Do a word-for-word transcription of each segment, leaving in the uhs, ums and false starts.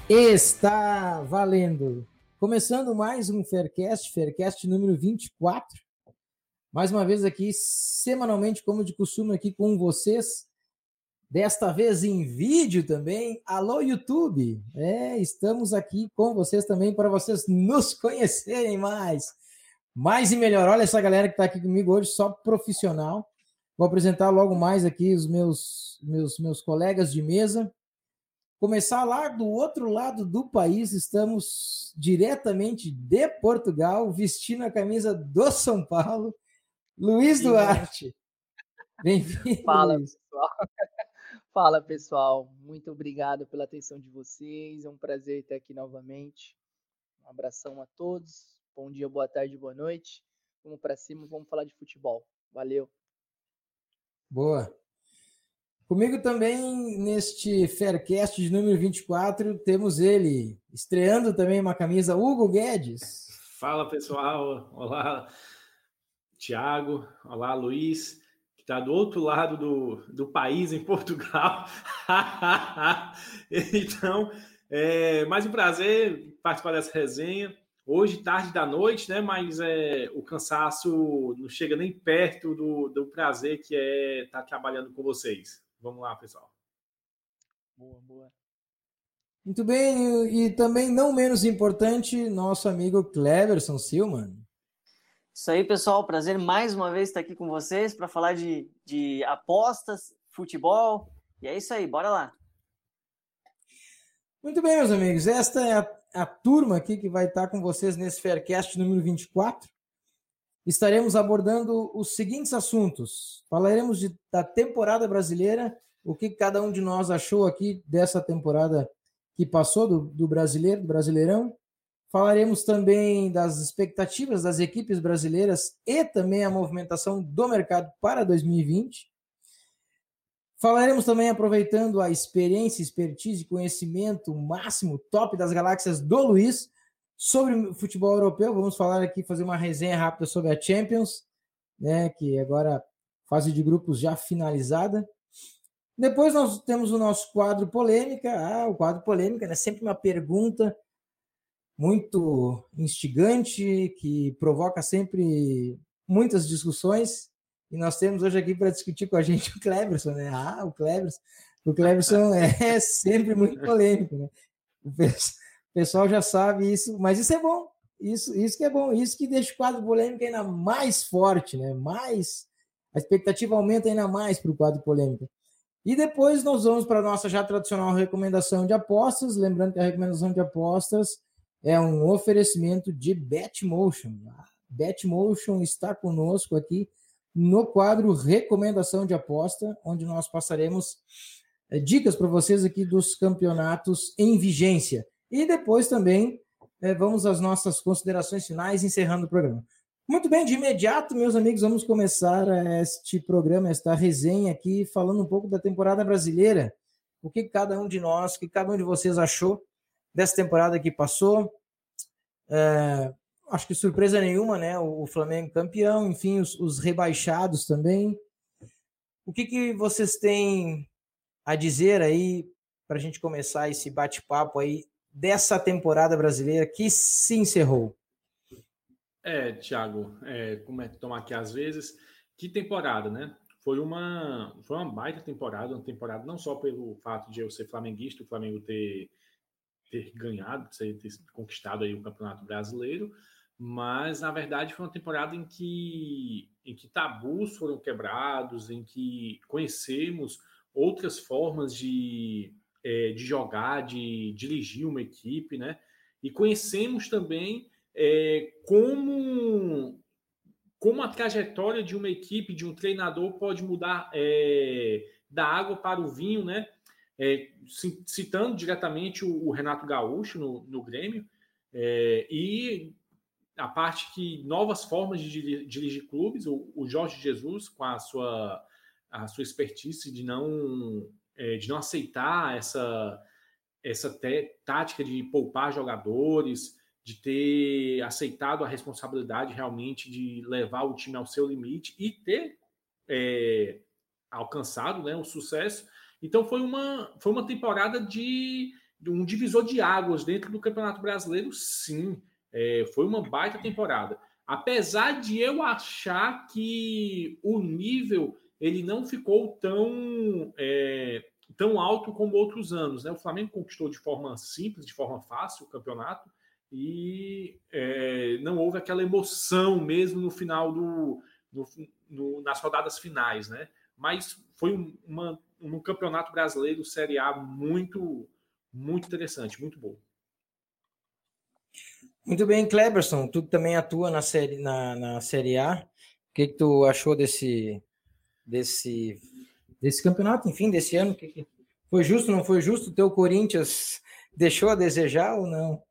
Está valendo. Começando mais um Faircast, Faircast número vinte e quatro. Mais uma vez aqui, semanalmente, como de costume, aqui com vocês. Desta vez em vídeo também. Alô, YouTube! É, estamos aqui com vocês também para vocês nos conhecerem mais. Mais e melhor. Olha essa galera que está aqui comigo hoje, só profissional. Vou apresentar logo mais aqui os meus, meus, meus colegas de mesa. Começar lá do outro lado do país, estamos diretamente de Portugal, vestindo a camisa do São Paulo, Luiz Duarte. Bem-vindo, Fala, Luiz. pessoal. Fala, pessoal. Muito obrigado pela atenção de vocês. É um prazer estar aqui novamente. Um abração a todos. Bom dia, boa tarde, boa noite. Vamos para cima, vamos falar de futebol. Valeu. Boa. Comigo também, neste Faircast de número vinte e quatro, temos ele, estreando também uma camisa, Hugo Guedes. Fala, pessoal. Olá, Thiago. Olá, Luiz, que está do outro lado do, do país, em Portugal. Então, é mais um prazer participar dessa resenha. Hoje, tarde da noite, né? Mas é, o cansaço não chega nem perto do, do prazer que é estar trabalhando com vocês. Vamos lá, pessoal. Boa, boa. Muito bem, e também não menos importante, nosso amigo Cleverson Silman. Isso aí, pessoal. Prazer mais uma vez estar aqui com vocês para falar de, de apostas, futebol. E é isso aí, bora lá. Muito bem, meus amigos. Esta é a, a turma aqui que vai estar com vocês nesse Faircast número vinte e quatro. Estaremos abordando os seguintes assuntos. Falaremos de, da temporada brasileira, o que cada um de nós achou aqui dessa temporada que passou do, do brasileiro, do Brasileirão. Falaremos também das expectativas das equipes brasileiras e também a movimentação do mercado para dois mil e vinte. Falaremos também, aproveitando a experiência, expertise e conhecimento máximo, top das galáxias do Luiz, sobre futebol europeu. Vamos falar aqui, fazer uma resenha rápida sobre a Champions, né, que agora fase de grupos já finalizada. Depois nós temos o nosso quadro polêmica. Ah, o quadro polêmica, né, sempre uma pergunta muito instigante, que provoca sempre muitas discussões. E nós temos hoje aqui para discutir com a gente o Cleverson, né? Ah, o Cleverson. O Cleverson é sempre muito polêmico, né? O pessoal já sabe isso, mas isso é bom. Isso, isso que é bom. Isso que deixa o quadro polêmico ainda mais forte, né? Mais, a expectativa aumenta ainda mais para o quadro polêmico. E depois nós vamos para a nossa já tradicional recomendação de apostas. Lembrando que a recomendação de apostas é um oferecimento de Betmotion. A Betmotion está conosco aqui no quadro Recomendação de Aposta, onde nós passaremos é, dicas para vocês aqui dos campeonatos em vigência. E depois também é, vamos às nossas considerações finais, encerrando o programa. Muito bem, de imediato, meus amigos, vamos começar este programa, esta resenha aqui, falando um pouco da temporada brasileira. O que cada um de nós, o que cada um de vocês achou dessa temporada que passou. É, acho que surpresa nenhuma, né? O Flamengo campeão, enfim, os, os rebaixados também. O que, que vocês têm a dizer aí para a gente começar esse bate-papo aí dessa temporada brasileira que se encerrou? É, Thiago, é, como é que estão aqui às vezes, que temporada, né? Foi uma, foi uma baita temporada, uma temporada não só pelo fato de eu ser flamenguista, o Flamengo ter, ter ganhado, ter, ter conquistado aí o Campeonato Brasileiro, mas, na verdade, foi uma temporada em que, em que tabus foram quebrados, em que conhecemos outras formas de, é, de jogar, de dirigir uma equipe, né? E conhecemos também é, como, como a trajetória de uma equipe, de um treinador, pode mudar é, da água para o vinho, né? É, citando diretamente o, o Renato Gaúcho no, no Grêmio, é, e a parte que novas formas de dirigir, dirigir clubes, o, o Jorge Jesus, com a sua, a sua expertise de não, é, de não aceitar essa, essa te, tática de poupar jogadores, de ter aceitado a responsabilidade realmente de levar o time ao seu limite e ter é, alcançado, né, o sucesso. Então foi uma, foi uma temporada de, um divisor de águas dentro do Campeonato Brasileiro, sim. É, foi uma baita temporada. Apesar de eu achar que o nível ele não ficou tão, é, tão alto como outros anos, né? O Flamengo conquistou de forma simples, de forma fácil o campeonato, e é, não houve aquela emoção mesmo no final do, no, no, nas rodadas finais, né? Mas foi um, uma, um campeonato brasileiro Série A muito, muito interessante, muito bom. Muito bem, Cleberson, tu também atua na série, na, na série A. O que, que tu achou desse, desse, desse campeonato, enfim, desse ano? Que que... Foi justo, não foi justo? O teu Corinthians deixou a desejar ou não?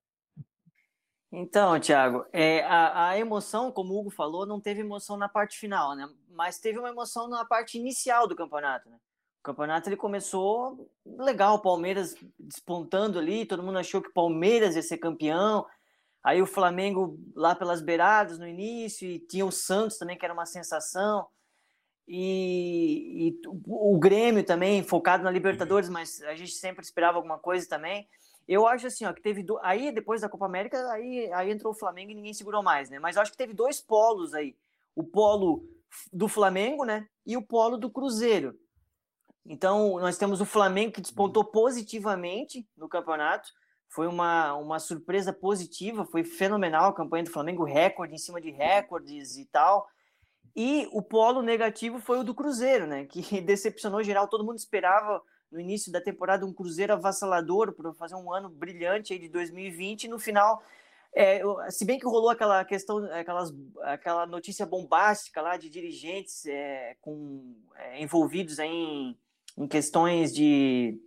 Então, Thiago, é, a, a emoção, como o Hugo falou, não teve emoção na parte final, né? Mas teve uma emoção na parte inicial do campeonato, né? O campeonato ele começou legal, o Palmeiras despontando ali, todo mundo achou que o Palmeiras ia ser campeão. Aí o Flamengo lá pelas beiradas no início, e tinha o Santos também, que era uma sensação. E, e o Grêmio também, focado na Libertadores, mas a gente sempre esperava alguma coisa também. Eu acho assim, ó, que teve... Do... Aí, depois da Copa América, aí, aí entrou o Flamengo e ninguém segurou mais, né? Mas eu acho que teve dois polos aí. O polo do Flamengo, né? E o polo do Cruzeiro. Então, nós temos o Flamengo que despontou positivamente no campeonato. Foi uma, uma surpresa positiva, foi fenomenal a campanha do Flamengo, recorde em cima de recordes e tal. E o polo negativo foi o do Cruzeiro, né? Que decepcionou geral. Todo mundo esperava no início da temporada um Cruzeiro avassalador para fazer um ano brilhante aí de dois mil e vinte, e no final, é, se bem que rolou aquela questão, aquelas, aquela notícia bombástica lá de dirigentes é, com, é, envolvidos aí em, em questões de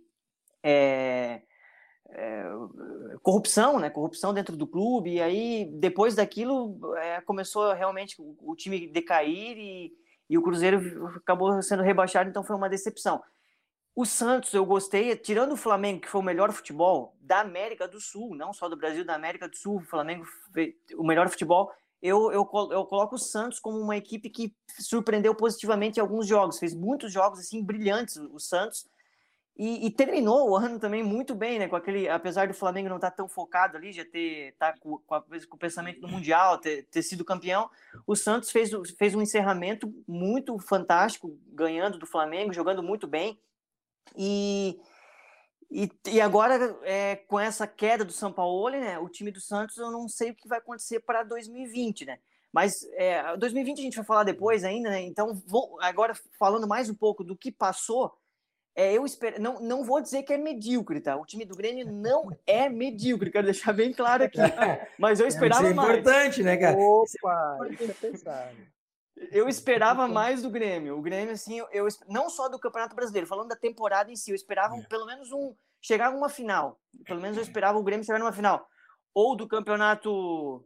é, é, corrupção, né? Corrupção dentro do clube, e aí depois daquilo é, começou realmente o, o time decair e, e o Cruzeiro acabou sendo rebaixado, então foi uma decepção. O Santos, eu gostei, tirando o Flamengo, que foi o melhor futebol da América do Sul, não só do Brasil, da América do Sul, o Flamengo fez o melhor futebol, eu, eu, eu coloco o Santos como uma equipe que surpreendeu positivamente em alguns jogos, fez muitos jogos assim brilhantes, o Santos, e, e terminou o ano também muito bem, né, com aquele, apesar do Flamengo não estar tão focado ali, já ter, tá com, com, a, com o pensamento do Mundial, ter, ter sido campeão, o Santos fez, fez um encerramento muito fantástico, ganhando do Flamengo, jogando muito bem. E, e, e agora, é, com essa queda do Sampaoli, né, o time do Santos, eu não sei o que vai acontecer para dois mil e vinte, né? Mas é, dois mil e vinte a gente vai falar depois ainda, né? Então, vou, agora falando mais um pouco do que passou, é, eu espero, não, não vou dizer que é medíocre, tá? O time do Grêmio não é medíocre, quero deixar bem claro aqui. Mas eu esperava isso é mais. Importante, né, cara? Opa, isso é pesado. Eu esperava mais do Grêmio. O Grêmio, assim, eu, eu não só do Campeonato Brasileiro, falando da temporada em si, eu esperava um, pelo menos um chegar a uma final. Pelo menos eu esperava o Grêmio chegar numa final. Ou do Campeonato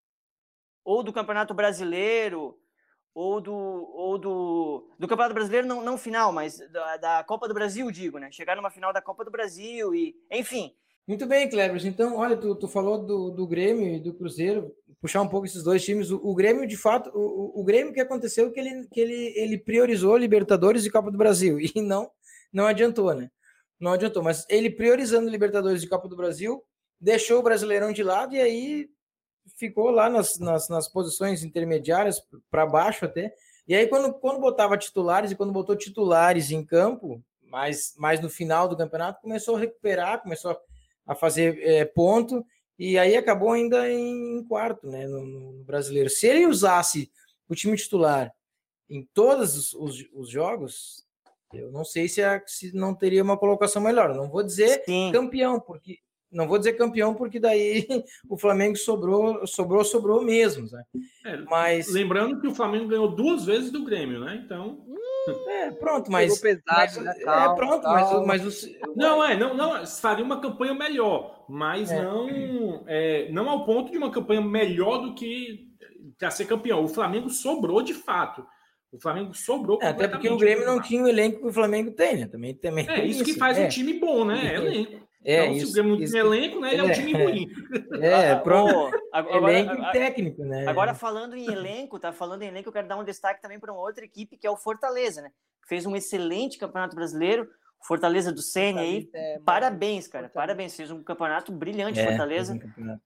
ou do Campeonato Brasileiro, ou do ou do, do Campeonato Brasileiro não, não final, mas da, da Copa do Brasil, digo, né? Chegar numa final da Copa do Brasil e, enfim. Muito bem, Cleber. Então, olha, tu, tu falou do, do Grêmio e do Cruzeiro, puxar um pouco esses dois times. O, o Grêmio, de fato, o, o Grêmio que aconteceu é que ele, que ele, ele priorizou Libertadores e Copa do Brasil, e não, não adiantou, né? Não adiantou, mas ele priorizando Libertadores e Copa do Brasil, deixou o Brasileirão de lado e aí ficou lá nas, nas, nas posições intermediárias, para baixo até. E aí, quando, quando botava titulares e quando botou titulares em campo, mais, mais no final do campeonato, começou a recuperar, começou a a fazer é, ponto, e aí acabou ainda em quarto, né, no, no brasileiro. Se ele usasse o time titular em todos os, os, os jogos, eu não sei se, a, se não teria uma colocação melhor. Eu não vou dizer Sim. campeão, porque não vou dizer campeão, porque daí o Flamengo sobrou, sobrou, sobrou mesmo, né? É, mas lembrando que o Flamengo ganhou duas vezes do Grêmio, né? Então É, pronto, mas. Pesado, mas né? Calma, é, pronto, calma. mas, mas o. Não, é, não, não, faria uma campanha melhor, mas É. não, é, não ao ponto de uma campanha melhor do que para ser campeão. O Flamengo sobrou de fato. O Flamengo sobrou É, até porque o Grêmio não tinha o elenco que o Flamengo tem, né? Também, também É tem isso que faz é. um time bom, né? É elenco. É, então, isso, se o Grêmio não isso, tem elenco, né? Ele é, é um time ruim. É, pronto. Oh, agora, elenco agora, e técnico, né? Agora, falando em elenco, tá? Falando em elenco, eu quero dar um destaque também para uma outra equipe, que é o Fortaleza, né? Fez um excelente Campeonato Brasileiro. Fortaleza do Ceni aí, É, parabéns, cara, Fortaleza. Parabéns. Fez um campeonato brilhante, É, Fortaleza. um campeonato.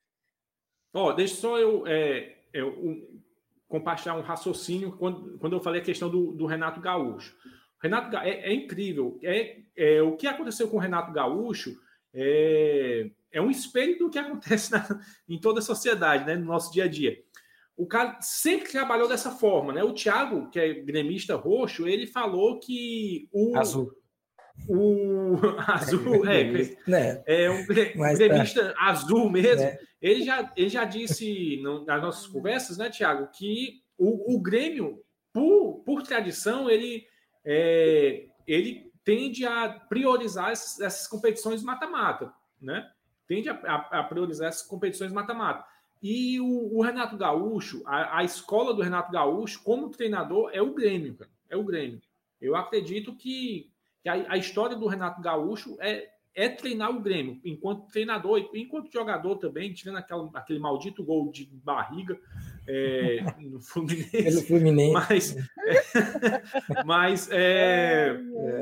Ó, deixa só eu, é, eu um, compartilhar um raciocínio quando, quando eu falei a questão do, do Renato Gaúcho. O Renato é, é incrível. É, é, o que aconteceu com o Renato Gaúcho é, é um espelho do que acontece na, em toda a sociedade, né, no nosso dia a dia. O cara sempre trabalhou dessa forma, né? O Thiago, que é gremista roxo, ele falou que o Azul. O azul é, né? é um, um gremista tá. azul mesmo. É. Ele, já, ele já disse no, nas nossas conversas, né, Thiago, que o, o Grêmio, por, por tradição, ele, é, ele tende a priorizar essas, essas competições mata-mata, né? Tende a, a, a priorizar essas competições mata-mata. E o, o Renato Gaúcho, a, a escola do Renato Gaúcho, como treinador, é o Grêmio, cara. É o Grêmio. Eu acredito que que a, a história do Renato Gaúcho é, é treinar o Grêmio, enquanto treinador e enquanto jogador também, tirando aquela, aquele maldito gol de barriga é, no Fluminense. Pelo Fluminense. Mas, é, mas é,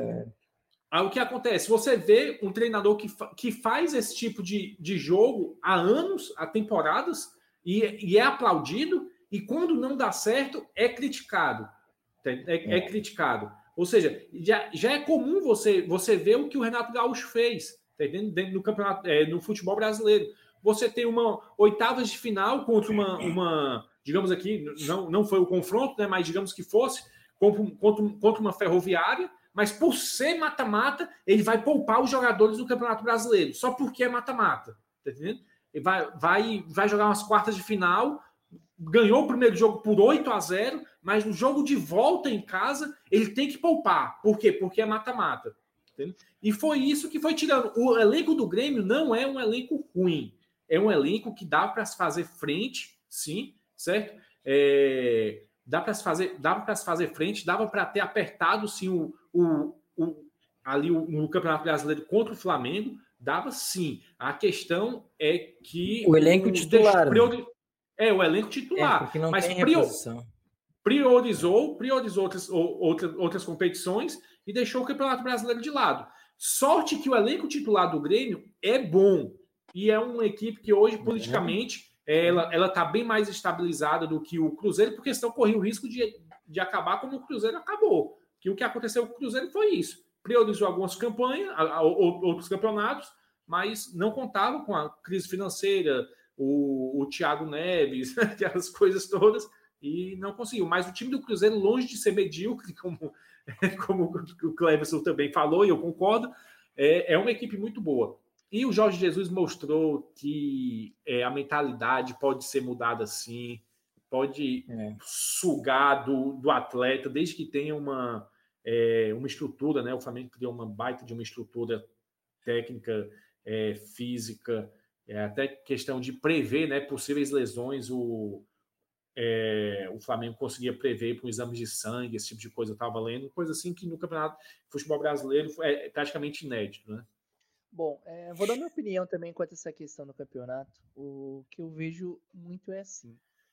é. o que acontece? Você vê um treinador que, fa, que faz esse tipo de, de jogo há anos, há temporadas, e, e é aplaudido, e quando não dá certo, é criticado. É, é, é criticado. Ou seja, já, já é comum você, você ver o que o Renato Gaúcho fez, tá entendendo? Dentro do campeonato, é, no futebol brasileiro. Você tem uma oitavas de final contra uma, uma digamos aqui, não, não foi o confronto, né, mas digamos que fosse, contra, contra, contra uma Ferroviária, mas por ser mata-mata, ele vai poupar os jogadores do Campeonato Brasileiro, só porque é mata-mata, tá entendendo? Ele vai, vai, vai jogar umas quartas de final, ganhou o primeiro jogo por oito a zero, mas no jogo de volta em casa, ele tem que poupar. Por quê? Porque é mata-mata. E foi isso que foi tirando. O elenco do Grêmio não é um elenco ruim. É um elenco que dá para se fazer frente, sim, certo? É, dá para se fazer, dava para se fazer frente, dava para ter apertado sim o, o, o ali o, no Campeonato Brasileiro contra o Flamengo, dava sim. A questão é que o elenco o, titular, priori, é o elenco titular, é, porque não mas tem reposição. priorizou, priorizou outras, outras, outras competições e deixou o Campeonato Brasileiro de lado. Sorte que o elenco titular do Grêmio é bom e é uma equipe que hoje, politicamente, ela ela está bem mais estabilizada do que o Cruzeiro, porque senão corria o risco de, de acabar como o Cruzeiro acabou. Que o que aconteceu com o Cruzeiro foi isso. Priorizou algumas campanhas, outros campeonatos, mas não contava com a crise financeira, o, o Thiago Neves, aquelas coisas todas, e não conseguiu. Mas o time do Cruzeiro, longe de ser medíocre, como, como o Cleverson também falou, e eu concordo, é, é uma equipe muito boa. E o Jorge Jesus mostrou que é, a mentalidade pode ser mudada sim, pode é. sugar do, do atleta, desde que tenha uma, é, uma estrutura, né? O Flamengo criou uma baita de uma estrutura técnica, é, física, é, até questão de prever, né, possíveis lesões, o É, o Flamengo conseguia prever com exames de sangue, esse tipo de coisa, eu estava lendo, coisa assim que no Campeonato de Futebol Brasileiro é praticamente inédito, né? Bom, é, vou dar minha opinião também quanto a essa questão do campeonato. O que eu vejo muito é assim.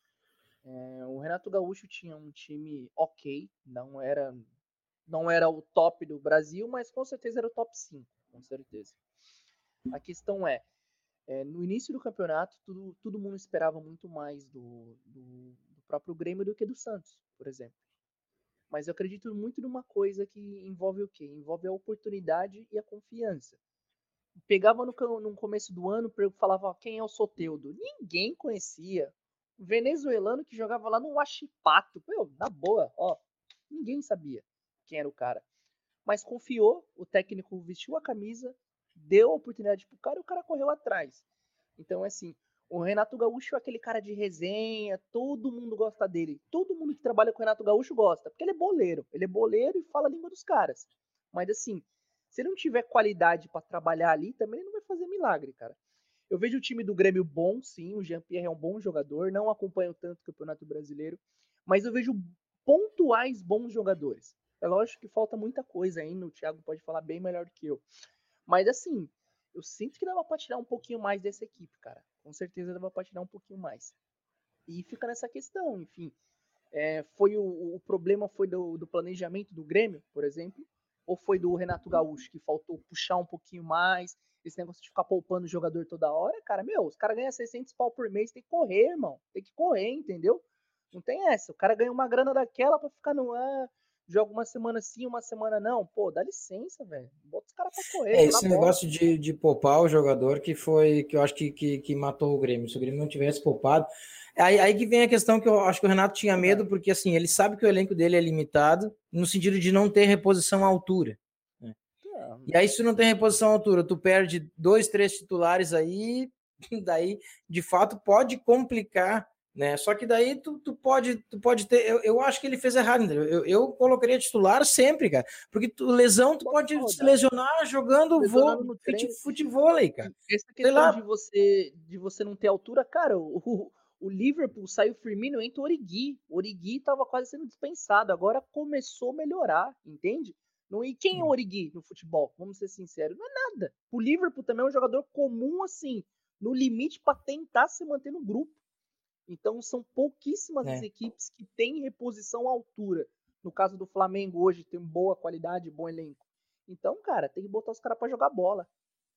É, o Renato Gaúcho tinha um time ok, não era, não era o top do Brasil, mas com certeza era o top cinco, com certeza. A questão é, É, no início do campeonato, tudo, todo mundo esperava muito mais do, do, do próprio Grêmio do que do Santos, por exemplo. Mas eu acredito muito numa coisa que envolve o quê? Envolve a oportunidade e a confiança. Pegava no, no começo do ano, falava, ó, quem é o Soteldo? Ninguém conhecia. Um venezuelano que jogava lá no Huachipato. Meu, na boa, ó, ninguém sabia quem era o cara. Mas confiou, o técnico vestiu a camisa, deu a oportunidade pro cara e o cara correu atrás. Então, assim, o Renato Gaúcho é aquele cara de resenha, todo mundo gosta dele. Todo mundo que trabalha com o Renato Gaúcho gosta, porque ele é boleiro. Ele é boleiro e fala a língua dos caras. Mas, assim, se ele não tiver qualidade para trabalhar ali, também ele não vai fazer milagre, cara. Eu vejo o time do Grêmio bom, sim, o Jean-Pierre é um bom jogador, não acompanho tanto o Campeonato Brasileiro, mas eu vejo pontuais bons jogadores. É lógico que falta muita coisa ainda, o Thiago pode falar bem melhor do que eu. Mas assim, eu sinto que dava pra tirar um pouquinho mais dessa equipe, cara. Com certeza dava pra tirar um pouquinho mais. E fica nessa questão, enfim. É, foi o, o problema foi do, do planejamento do Grêmio, por exemplo. ou foi do Renato Gaúcho, que faltou puxar um pouquinho mais, esse negócio de ficar poupando o jogador toda hora, cara, meu, os caras ganham seiscentos pau por mês, tem que correr, irmão, tem que correr, entendeu? Não tem essa, o cara ganha uma grana daquela pra ficar no ar, joga uma semana sim, uma semana não, pô, dá licença, velho, bota os caras pra correr. É esse negócio de, de poupar o jogador que foi, que eu acho que, que, que matou o Grêmio, se o Grêmio não tivesse poupado, aí, aí que vem a questão que eu acho que o Renato tinha medo, porque assim, ele sabe que o elenco dele é limitado, no sentido de não ter reposição à altura. E aí, se tu não tem reposição à altura, tu perde dois, três titulares aí, daí, de fato, pode complicar, né? Só que daí tu, tu, pode, tu pode ter... Eu, eu acho que ele fez errado, entendeu? Eu, eu colocaria titular sempre, cara. Porque tu, lesão, tu pode se lesionar jogando vôlei, futebol, cara. Essa questão de você, de você não ter altura, cara, o, o Liverpool saiu Firmino, entra o Origi. O Origi tava quase sendo dispensado, agora começou a melhorar, entende? Não, e quem é o Origi no futebol? Vamos ser sinceros, não é nada. O Liverpool também é um jogador comum, assim, no limite para tentar se manter no grupo. Então são pouquíssimas é. as equipes que têm reposição à altura. No caso do Flamengo hoje tem boa qualidade, bom elenco. Então, cara, tem que botar os caras para jogar bola.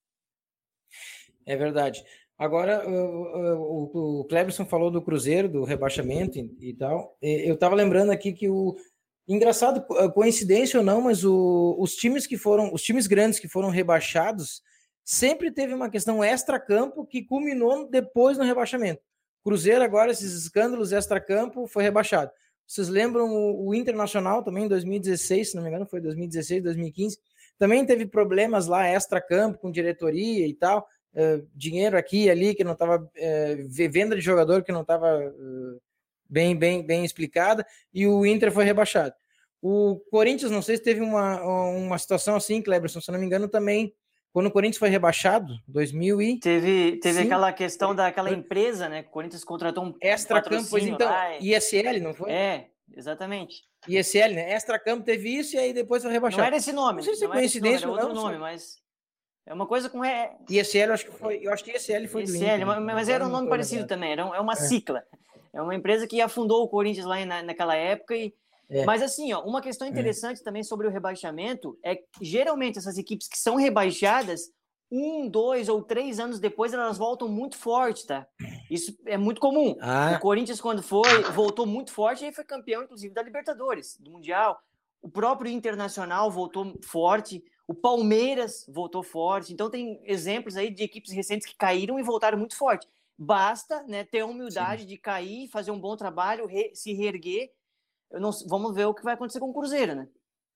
É verdade. Agora, o, o, o Cleberson falou do Cruzeiro, do rebaixamento e, e tal. Eu estava lembrando aqui que o engraçado, coincidência ou não, mas o, os times que foram, os times grandes que foram rebaixados, sempre teve uma questão extra-campo que culminou depois no rebaixamento. Cruzeiro agora, esses escândalos extra-campo, foi rebaixado. Vocês lembram o, o Internacional também, em dois mil e dezesseis, se não me engano, foi dois mil e dezesseis, dois mil e quinze, também teve problemas lá extra-campo, com diretoria e tal, uh, dinheiro aqui e ali, que não estava, uh, venda de jogador que não estava... Uh, bem, bem, bem explicada, e o Inter foi rebaixado. O Corinthians, não sei se teve uma, uma situação assim, Cleberson, se não me engano, também, quando o Corinthians foi rebaixado, dois mil e... Teve, teve aquela questão daquela empresa, né, que o Corinthians contratou um extra-campo, pois então, lá, I S L, não foi? É, exatamente. I S L, né, extra-campo teve isso, e aí depois foi rebaixado. Não era esse nome, não sei se é coincidência ou não, era outro não, nome, mas... É uma coisa com... É... I S L, eu acho que foi, eu acho que I S L foi I S L, do Inter. Mas, mas era um nome parecido lembrado. também, era, é uma é. cicla. É uma empresa que afundou o Corinthians lá na, naquela época. E... É. Mas assim, ó, uma questão interessante é. também sobre o rebaixamento é que geralmente essas equipes que são rebaixadas, um, dois ou três anos depois, elas voltam muito forte, tá? Isso é muito comum. Ah. O Corinthians, quando foi, voltou muito forte e foi campeão, inclusive, da Libertadores, do Mundial. O próprio Internacional voltou forte. O Palmeiras voltou forte. Então tem exemplos aí de equipes recentes que caíram e voltaram muito forte. Basta, né, ter a humildade Sim. de cair, fazer um bom trabalho, re, se reerguer. Eu não, vamos ver o que vai acontecer com o Cruzeiro, né?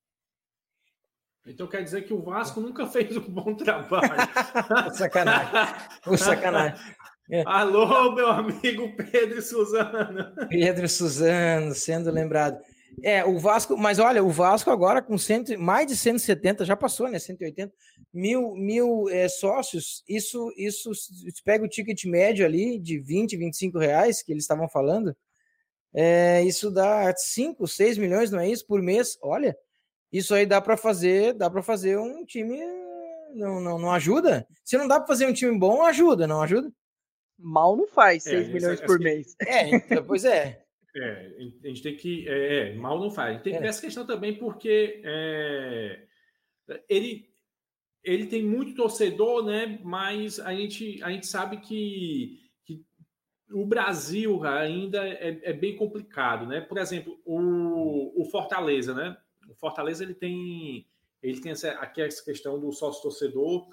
Então quer dizer que o Vasco nunca fez um bom trabalho. Sacanagem. O sacanagem. É. Alô, meu amigo Pedro Suzano. Pedro Suzano, sendo lembrado. É, o Vasco, mas olha, o Vasco agora com cento, mais de cento e setenta, já passou, né? cento e oitenta mil, mil é, sócios. Isso, isso pega o ticket médio ali de vinte, vinte e cinco reais que eles estavam falando. É, isso dá cinco, seis milhões, não é isso? Por mês. Olha, isso aí dá para fazer, dá para fazer um time. Não, não, não ajuda? Se não dá para fazer um time bom, ajuda, não ajuda? Mal não faz, seis é, milhões é, por mês. É, então, pois é. É, a gente tem que... É, mal não faz. Tem que ver é. essa questão também porque é, ele, ele tem muito torcedor, né? Mas a gente, a gente sabe que, que o Brasil ainda é, é bem complicado, né? Por exemplo, o, o Fortaleza, né? O Fortaleza, ele tem, ele tem essa, aqui essa questão do sócio-torcedor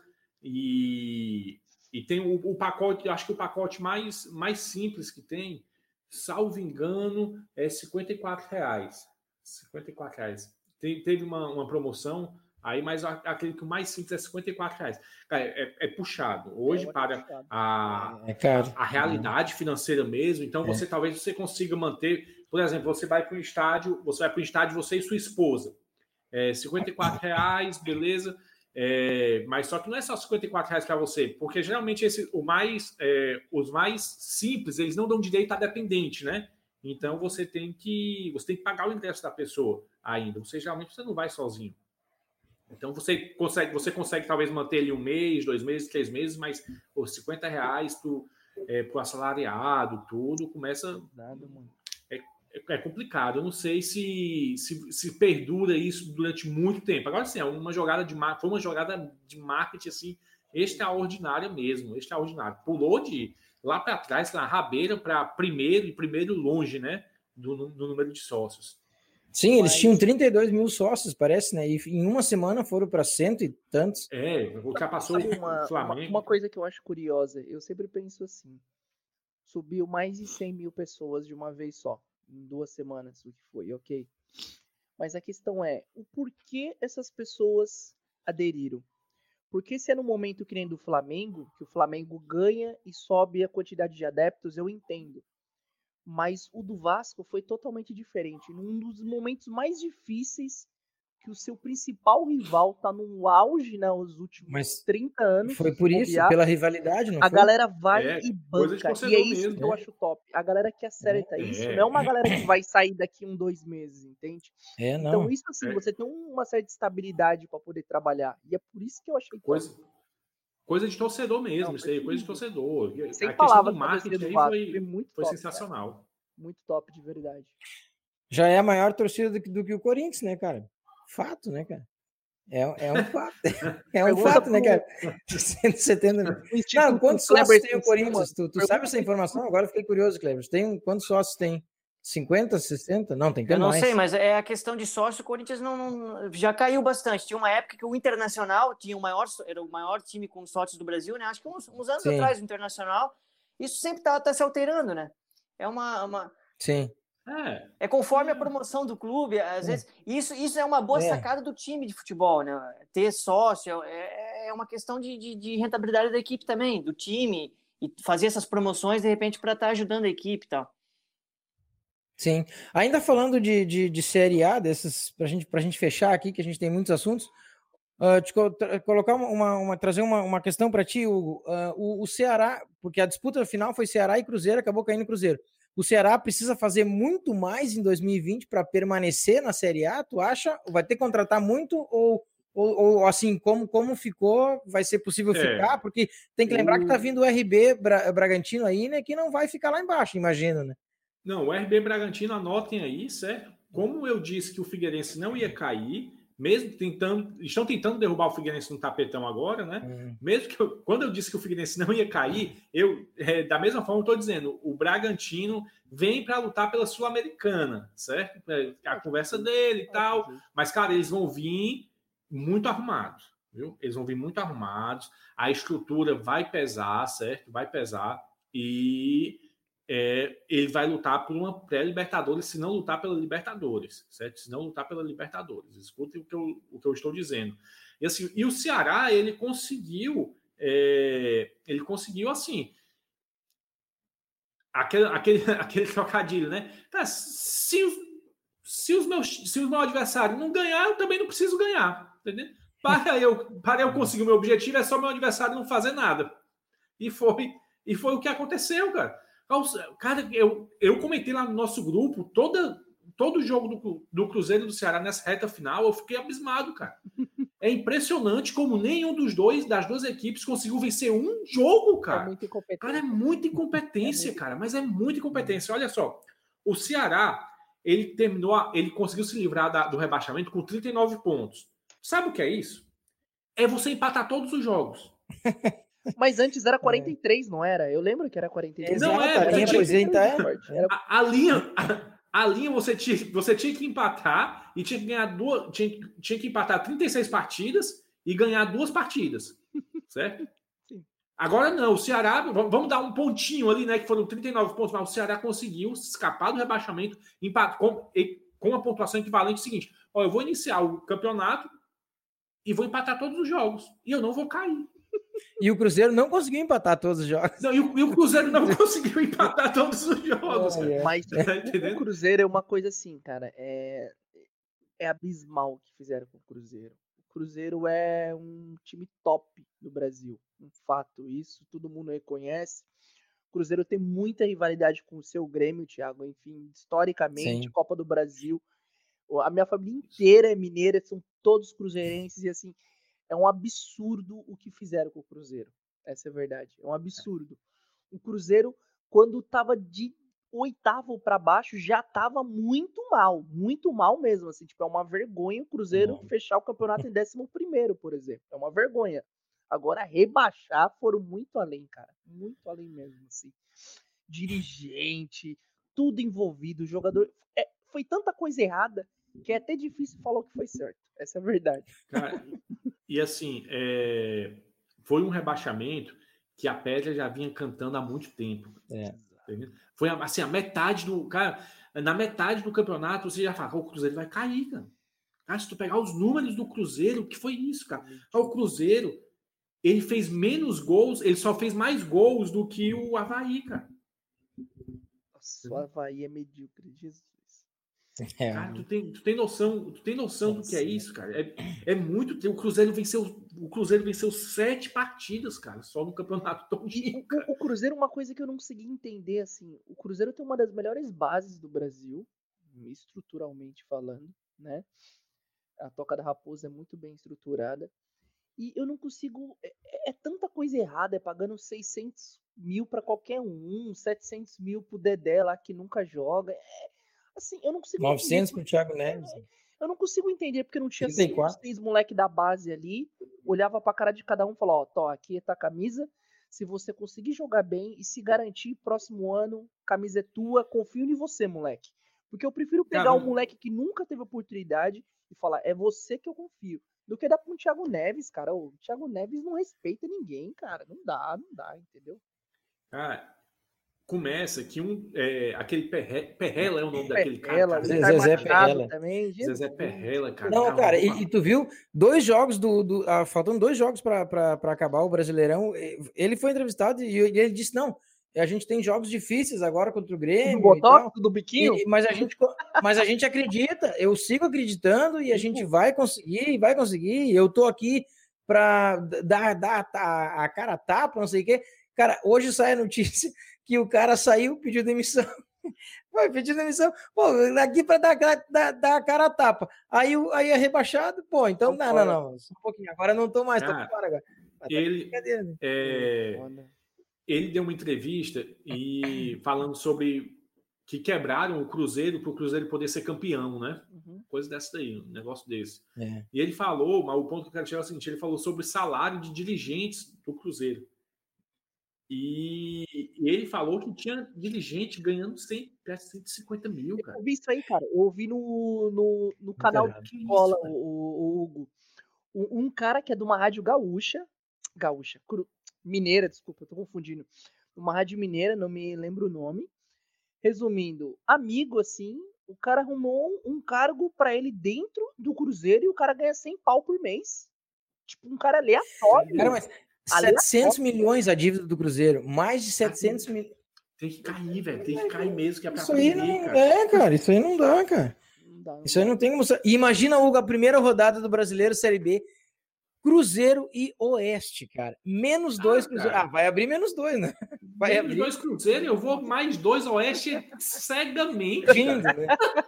e, e tem o, o pacote, acho que o pacote mais, mais simples que tem, salvo engano, é cinquenta e quatro reais. cinquenta e quatro reais. Tem, teve uma, uma promoção aí, mas aquele que o mais simples é cinquenta e quatro reais. Cara, é, é puxado. Hoje, é para puxado. A, é caro. a realidade financeira mesmo, então é. você talvez você consiga manter, por exemplo, você vai para um estádio, você vai para um estádio, você e sua esposa. É, cinquenta e quatro reais, beleza. É, mas só que não é só cinquenta e quatro reais para você, porque geralmente esse, o mais, é, os mais simples, eles não dão direito a dependente, né? Então você tem que você tem que pagar o ingresso da pessoa ainda. Você geralmente você não vai sozinho. Então você consegue, você consegue talvez manter ele um mês, dois meses, três meses, mas os cinquenta reais para o é, assalariado, tudo, começa. Nada, mano. É, é complicado. Eu não sei se, se, se perdura isso durante muito tempo. Agora, sim, é uma jogada de foi uma jogada de marketing assim, extraordinária mesmo, extraordinária. Pulou de lá para trás, na rabeira, para primeiro e primeiro longe, né? Do, do número de sócios. Sim, eles Mas... tinham trinta e dois mil sócios, parece, né? E em uma semana foram para cento e tantos. É, ultrapassou uma, o Flamengo. Uma, uma coisa que eu acho curiosa, eu sempre penso assim, subiu mais de cem mil pessoas de uma vez só, em duas semanas, o que foi, ok? Mas a questão é, o porquê essas pessoas aderiram? Porque se é no momento que nem do Flamengo, que o Flamengo ganha e sobe a quantidade de adeptos, eu entendo. Mas o do Vasco foi totalmente diferente. Num dos momentos mais difíceis, que o seu principal rival tá no auge nos últimos Mas trinta anos. Foi por isso, bobear, pela rivalidade, não a foi? galera vai é, e banca. E é isso mesmo, que eu é. acho top. A galera que acerta é, isso é. não é uma galera que vai sair daqui um, dois meses, entende? É, não. Então, isso assim, é. você tem uma certa estabilidade para poder trabalhar. E é por isso que eu achei coisa. top. Coisa de torcedor mesmo, não, isso aí, coisa de torcedor. Sem a questão do marketing do aí Vasco, foi, foi, muito foi top, sensacional. Cara. Muito top, de verdade. Já é a maior torcida do que, do que o Corinthians, né, cara? Fato, né, cara? É, é um fato. É um fato, né, cara? cento e setenta mil. Não, quantos sócios tem o Corinthians? Tu, tu sabe essa informação? Agora eu fiquei curioso, Kleber. Tem, quantos sócios tem? cinquenta, sessenta? Não, tem que ter Eu não mais. sei, mas é a questão de sócio, o Corinthians não, não, já caiu bastante. Tinha uma época que o Internacional tinha o maior, era o maior time com sócios do Brasil, né? Acho que uns, uns anos Sim. atrás, o Internacional. Isso sempre tá, tá se alterando, né? É uma... uma... Sim. É. é conforme a promoção do clube, às é. vezes. Isso, isso é uma boa é. sacada do time de futebol, né? Ter sócio é, é uma questão de, de, de rentabilidade da equipe também, do time, e fazer essas promoções, de repente, para estar tá ajudando a equipe e tal. Sim. Ainda falando de, de, de Série A, desses, pra gente, pra gente fechar aqui, que a gente tem muitos assuntos, uh, te colocar uma, uma, trazer uma, uma questão para ti, Hugo. Uh, o, o Ceará, porque a disputa final foi Ceará e Cruzeiro, acabou caindo Cruzeiro. O Ceará precisa fazer muito mais em dois mil e vinte para permanecer na Série A, tu acha? Vai ter que contratar muito ou, ou, ou assim, como, como ficou, vai ser possível é. ficar? Porque tem que lembrar o... que tá vindo o R B Bra- Bragantino aí, né, que não vai ficar lá embaixo, imagino, né? Não, o R B Bragantino, anotem aí, certo? Como eu disse que o Figueirense não ia cair, mesmo tentando, estão tentando derrubar o Figueirense no tapetão agora, né? Uhum. Mesmo que eu, quando eu disse que o Figueirense não ia cair, eu, é, da mesma forma, estou dizendo, o Bragantino vem para lutar pela Sul-Americana, certo? É a conversa dele e tal, mas, cara, eles vão vir muito arrumados, viu? Eles vão vir muito arrumados, a estrutura vai pesar, certo? Vai pesar e É, ele vai lutar por uma pré-Libertadores, se não lutar pela Libertadores, certo? Se não lutar pela Libertadores. Escutem o que eu, o que eu estou dizendo. E, assim, e o Ceará, ele conseguiu, é, ele conseguiu, assim, aquele, aquele, aquele trocadilho, né? Tá, se, os, se, os meus, se o meu adversário não ganhar, eu também não preciso ganhar, entendeu? Para eu, para eu conseguir o meu objetivo, é só meu adversário não fazer nada. E foi, e foi o que aconteceu, cara. Cara, eu, eu comentei lá no nosso grupo, toda, todo jogo do, do Cruzeiro e do Ceará nessa reta final, eu fiquei abismado, cara. É impressionante como nenhum dos dois, das duas equipes, conseguiu vencer um jogo, cara. É muita incompetência. Cara, é muita incompetência, é muito... cara, mas é muita incompetência. Olha só, o Ceará, ele terminou, ele conseguiu se livrar da, do rebaixamento com trinta e nove pontos. Sabe o que é isso? É você empatar todos os jogos. Mas antes era quarenta e três, é. não era? Eu lembro que era quarenta e três. Não, é, a linha, pois é, então é. A, a linha, a, a linha você, tinha, você tinha que empatar e tinha que ganhar duas. Tinha, tinha que empatar trinta e seis partidas e ganhar duas partidas. Certo? Sim. Agora não, o Ceará, vamos dar um pontinho ali, né? Que foram trinta e nove pontos, mas o Ceará conseguiu escapar do rebaixamento empatar, com, com uma pontuação equivalente ao seguinte: ó, eu vou iniciar o campeonato e vou empatar todos os jogos. E eu não vou cair. E o Cruzeiro não conseguiu empatar todos os jogos. Não, e, o, e o Cruzeiro não conseguiu empatar todos os jogos. É, é. Mas tá o, o Cruzeiro é uma coisa assim, cara. É, é abismal o que fizeram com o Cruzeiro. O Cruzeiro é um time top do Brasil. Um fato. Isso todo mundo reconhece. O Cruzeiro tem muita rivalidade com o seu Grêmio, Thiago. Enfim, historicamente, Sim. Copa do Brasil. A minha família inteira é mineira, são todos cruzeirenses e assim. É um absurdo o que fizeram com o Cruzeiro. Essa é a verdade. É um absurdo. O Cruzeiro, quando tava de o oitavo para baixo já tava muito mal, muito mal mesmo, assim, tipo, é uma vergonha o Cruzeiro Não. fechar o campeonato em décimo primeiro, por exemplo, é uma vergonha. Agora, rebaixar foram muito além, cara, muito além mesmo, assim. Dirigente, tudo envolvido, jogador, é, foi tanta coisa errada que é até difícil falar o que foi certo, essa é a verdade. Cara, e assim, é, foi um rebaixamento que a Pedra já vinha cantando há muito tempo. É. Foi assim, a metade do. Cara, na metade do campeonato, você já fala, o Cruzeiro vai cair, cara. Cara, se tu pegar os números do Cruzeiro, o que foi isso, cara? O Cruzeiro, ele fez menos gols, ele só fez mais gols do que o Avaí, cara. Nossa, o Avaí é medíocre, Jesus. É. Cara, tu tem, tu tem noção, tu tem noção do que é isso, cara? É, é muito. O Cruzeiro venceu, o Cruzeiro venceu sete partidas, cara, só no campeonato todinho. O, o Cruzeiro, uma coisa que eu não consegui entender, assim, o Cruzeiro tem uma das melhores bases do Brasil, estruturalmente falando, né? A Toca da Raposa é muito bem estruturada. E eu não consigo. É, é tanta coisa errada, é pagando seiscentos mil para qualquer um, setecentos mil pro Dedé lá que nunca joga. É, assim, eu não consigo novecentos pro Thiago Neves. Eu não consigo entender, porque não tinha trinta e quatro. cinco, seis moleque da base ali, olhava pra cara de cada um e falava, ó, tô, aqui tá a camisa, se você conseguir jogar bem e se garantir, próximo ano, camisa é tua, confio em você, moleque. Porque eu prefiro pegar Caramba. um moleque que nunca teve oportunidade e falar, é você que eu confio, do que dar pra um Thiago Neves, cara. O Thiago Neves não respeita ninguém, cara. Não dá, não dá, entendeu? Cara, começa que um. É, aquele Perre, Perrela é o nome daquele Perrela, cara. o cara. Zezé Machado Perrela. também. Jesus. Zezé Perrela, cara. Não, Tá cara, e, uma- e tu viu dois jogos do. do ah, faltando dois jogos para acabar o Brasileirão. Ele foi entrevistado e ele disse: não, a gente tem jogos difíceis agora contra o Grêmio. Do e tal, Botox, do biquinho? e, mas, a gente, mas a gente acredita, eu sigo acreditando e a gente vai conseguir, vai conseguir. Eu tô aqui para dar, dar a, a cara a tapa, não sei o quê. Cara, hoje sai a notícia que o cara saiu, pediu demissão. Vai pedir demissão, pô, daqui para dar, dar, dar a cara a tapa. Aí, aí é rebaixado, pô, então não, não, não, só um pouquinho. Agora não tô mais, Cara, tô fora agora. Ele, né? é, ele deu uma entrevista e falando sobre que quebraram o Cruzeiro para o Cruzeiro poder ser campeão, né? Uhum. Coisa dessa daí, um negócio desse. É. E ele falou, mas o ponto que eu quero chegar é o seguinte, ele falou sobre salário de dirigentes do Cruzeiro. E ele falou que tinha dirigente ganhando cento e cinquenta mil, cara. Eu ouvi isso aí, cara. Eu ouvi no, no, no canal errado. que rola, o, o, o Hugo. Um, um cara que é de uma rádio gaúcha, gaúcha, cru, mineira, desculpa, eu tô confundindo. Uma rádio mineira, não me lembro o nome. Resumindo, amigo, assim, o cara arrumou um cargo pra ele dentro do Cruzeiro e o cara ganha cem pau por mês. Tipo, um cara aleatório. Cara, mas setecentos milhões a dívida do Cruzeiro, mais de setecentos milhões. Tem que cair, velho, tem que cair mesmo, que é pra Isso aí aprender, não cara. é, cara, isso aí não dá, cara. Não dá, não Isso aí não tem como. E imagina, Hugo, a primeira rodada do Brasileiro Série B, Cruzeiro e Oeste, cara. Menos dois Ah, Cruzeiro. cara. Ah, vai abrir menos dois, né? Vai Menos abrir. dois Cruzeiro, eu vou mais dois Oeste cegamente. Rindo, cara. né?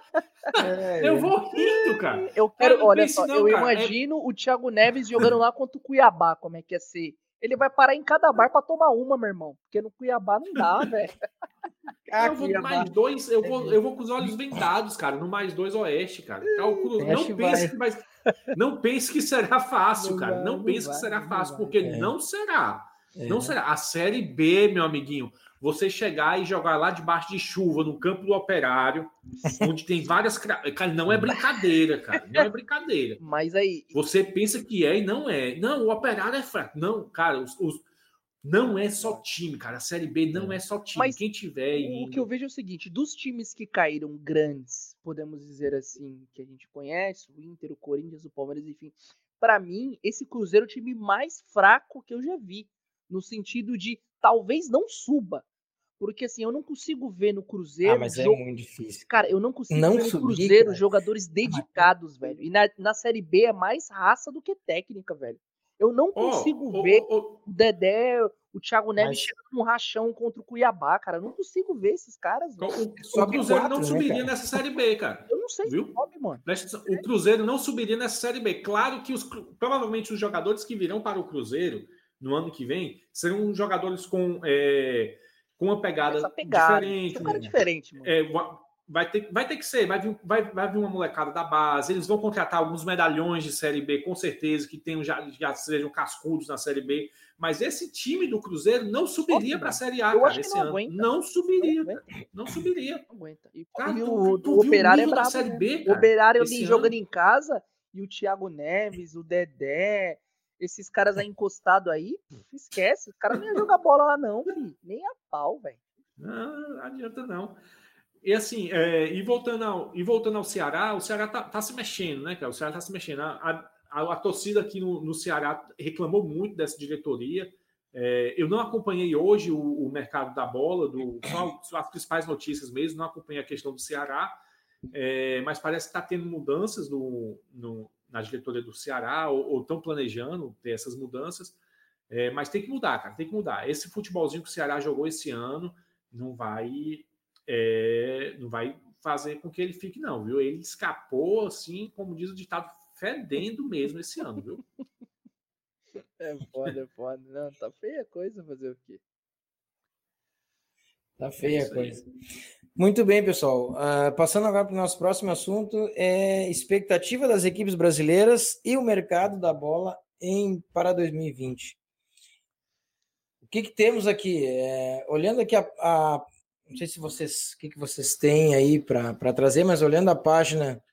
É, Eu é. vou rindo, cara. Eu quero, Cara, olha pense só, não, eu cara, imagino o Thiago Neves jogando lá contra o Cuiabá, como é que ia ser. Ele vai parar em cada bar pra tomar uma, meu irmão. Porque no Cuiabá não dá, velho. É, eu vou no mais dois, eu vou, eu vou com os olhos vendados, cara, no mais dois Oeste, cara. Calculo, não Oeste pense vai. que vai, não pense que será fácil, Não cara. vai, Não não pense vai, que será não fácil, vai. porque É. não será. É. Não será. A Série B, meu amiguinho, você chegar e jogar lá debaixo de chuva, no campo do Operário, onde tem várias... cra- Cara, não é brincadeira, cara. Não é brincadeira. Mas aí, Você pensa que é e não é. Não, o Operário é fraco. Não, cara, os, os- não é só time, cara. A Série B não é só time. Mas Quem tiver o que eu vejo é o seguinte, dos times que caíram grandes, podemos dizer assim, que a gente conhece, o Inter, o Corinthians, o Palmeiras, enfim, pra mim, esse Cruzeiro é o time mais fraco que eu já vi, no sentido de talvez não suba, porque assim, eu não consigo ver no Cruzeiro... Ah, mas é jo- muito difícil. Cara, eu não consigo Não ver no subir, Cruzeiro cara. jogadores dedicados, velho. E na, na Série B é mais raça do que técnica, velho. Eu não Ó, consigo ó, ver ó, ó, o Dedé, o Thiago Neves Mas- chegando num rachão contra o Cuiabá, cara. Eu não consigo ver esses caras, velho. O, o Sobe Cruzeiro quatro, não né, subiria cara? nessa Série B, cara. Eu não sei Viu? se sobe, mano. Presta atenção, o Cruzeiro não subiria nessa Série B. Claro que os, cru- provavelmente os jogadores que virão para o Cruzeiro no ano que vem serão jogadores com, é, com uma pegada, Essa pegada. diferente. Esse cara é diferente, mano. É, vai, ter, vai ter que ser, vai vir, vai, vai vir uma molecada da base, eles vão contratar alguns medalhões de Série B, com certeza, que tenham, já, já sejam cascudos na Série B, mas esse time do Cruzeiro não subiria para a Série A, eu cara, acho que esse não ano. aguenta. Não subiria, não, cara. Não subiria. Não aguenta. E, Cara, e tu, o, tu, tu o viu Operário o nível é brabo, da Série né? B, O cara, Operário esse ali ano. jogando em casa e o Thiago Neves, o Dedé, esses caras aí encostados aí, pff, esquece. Os caras não iam jogar bola lá não, filho. Nem a pau, velho. Não, não adianta não. E assim, é, e, voltando ao, e voltando ao Ceará, o Ceará tá, tá se mexendo, né, cara? O Ceará tá se mexendo. A, a, a torcida aqui no, no Ceará reclamou muito dessa diretoria. É, eu não acompanhei hoje o, o mercado da bola, do, só, só as principais notícias mesmo, não acompanhei a questão do Ceará, é, mas parece que está tendo mudanças no, no, na diretoria do Ceará, ou estão planejando ter essas mudanças. É, mas tem que mudar, cara, tem que mudar. Esse futebolzinho que o Ceará jogou esse ano não vai, é, não vai fazer com que ele fique, não, viu? Ele escapou, assim, como diz o ditado, fedendo mesmo esse ano, viu? É foda, é foda. Não, tá feia a coisa fazer o quê? Tá feia a coisa. Muito bem, pessoal. Uh, passando agora para o nosso próximo assunto, é expectativa das equipes brasileiras e o mercado da bola em, para dois mil e vinte. O que, que temos aqui? É, olhando aqui a, a... Não sei se vocês... O que, que vocês têm aí para trazer, mas olhando a página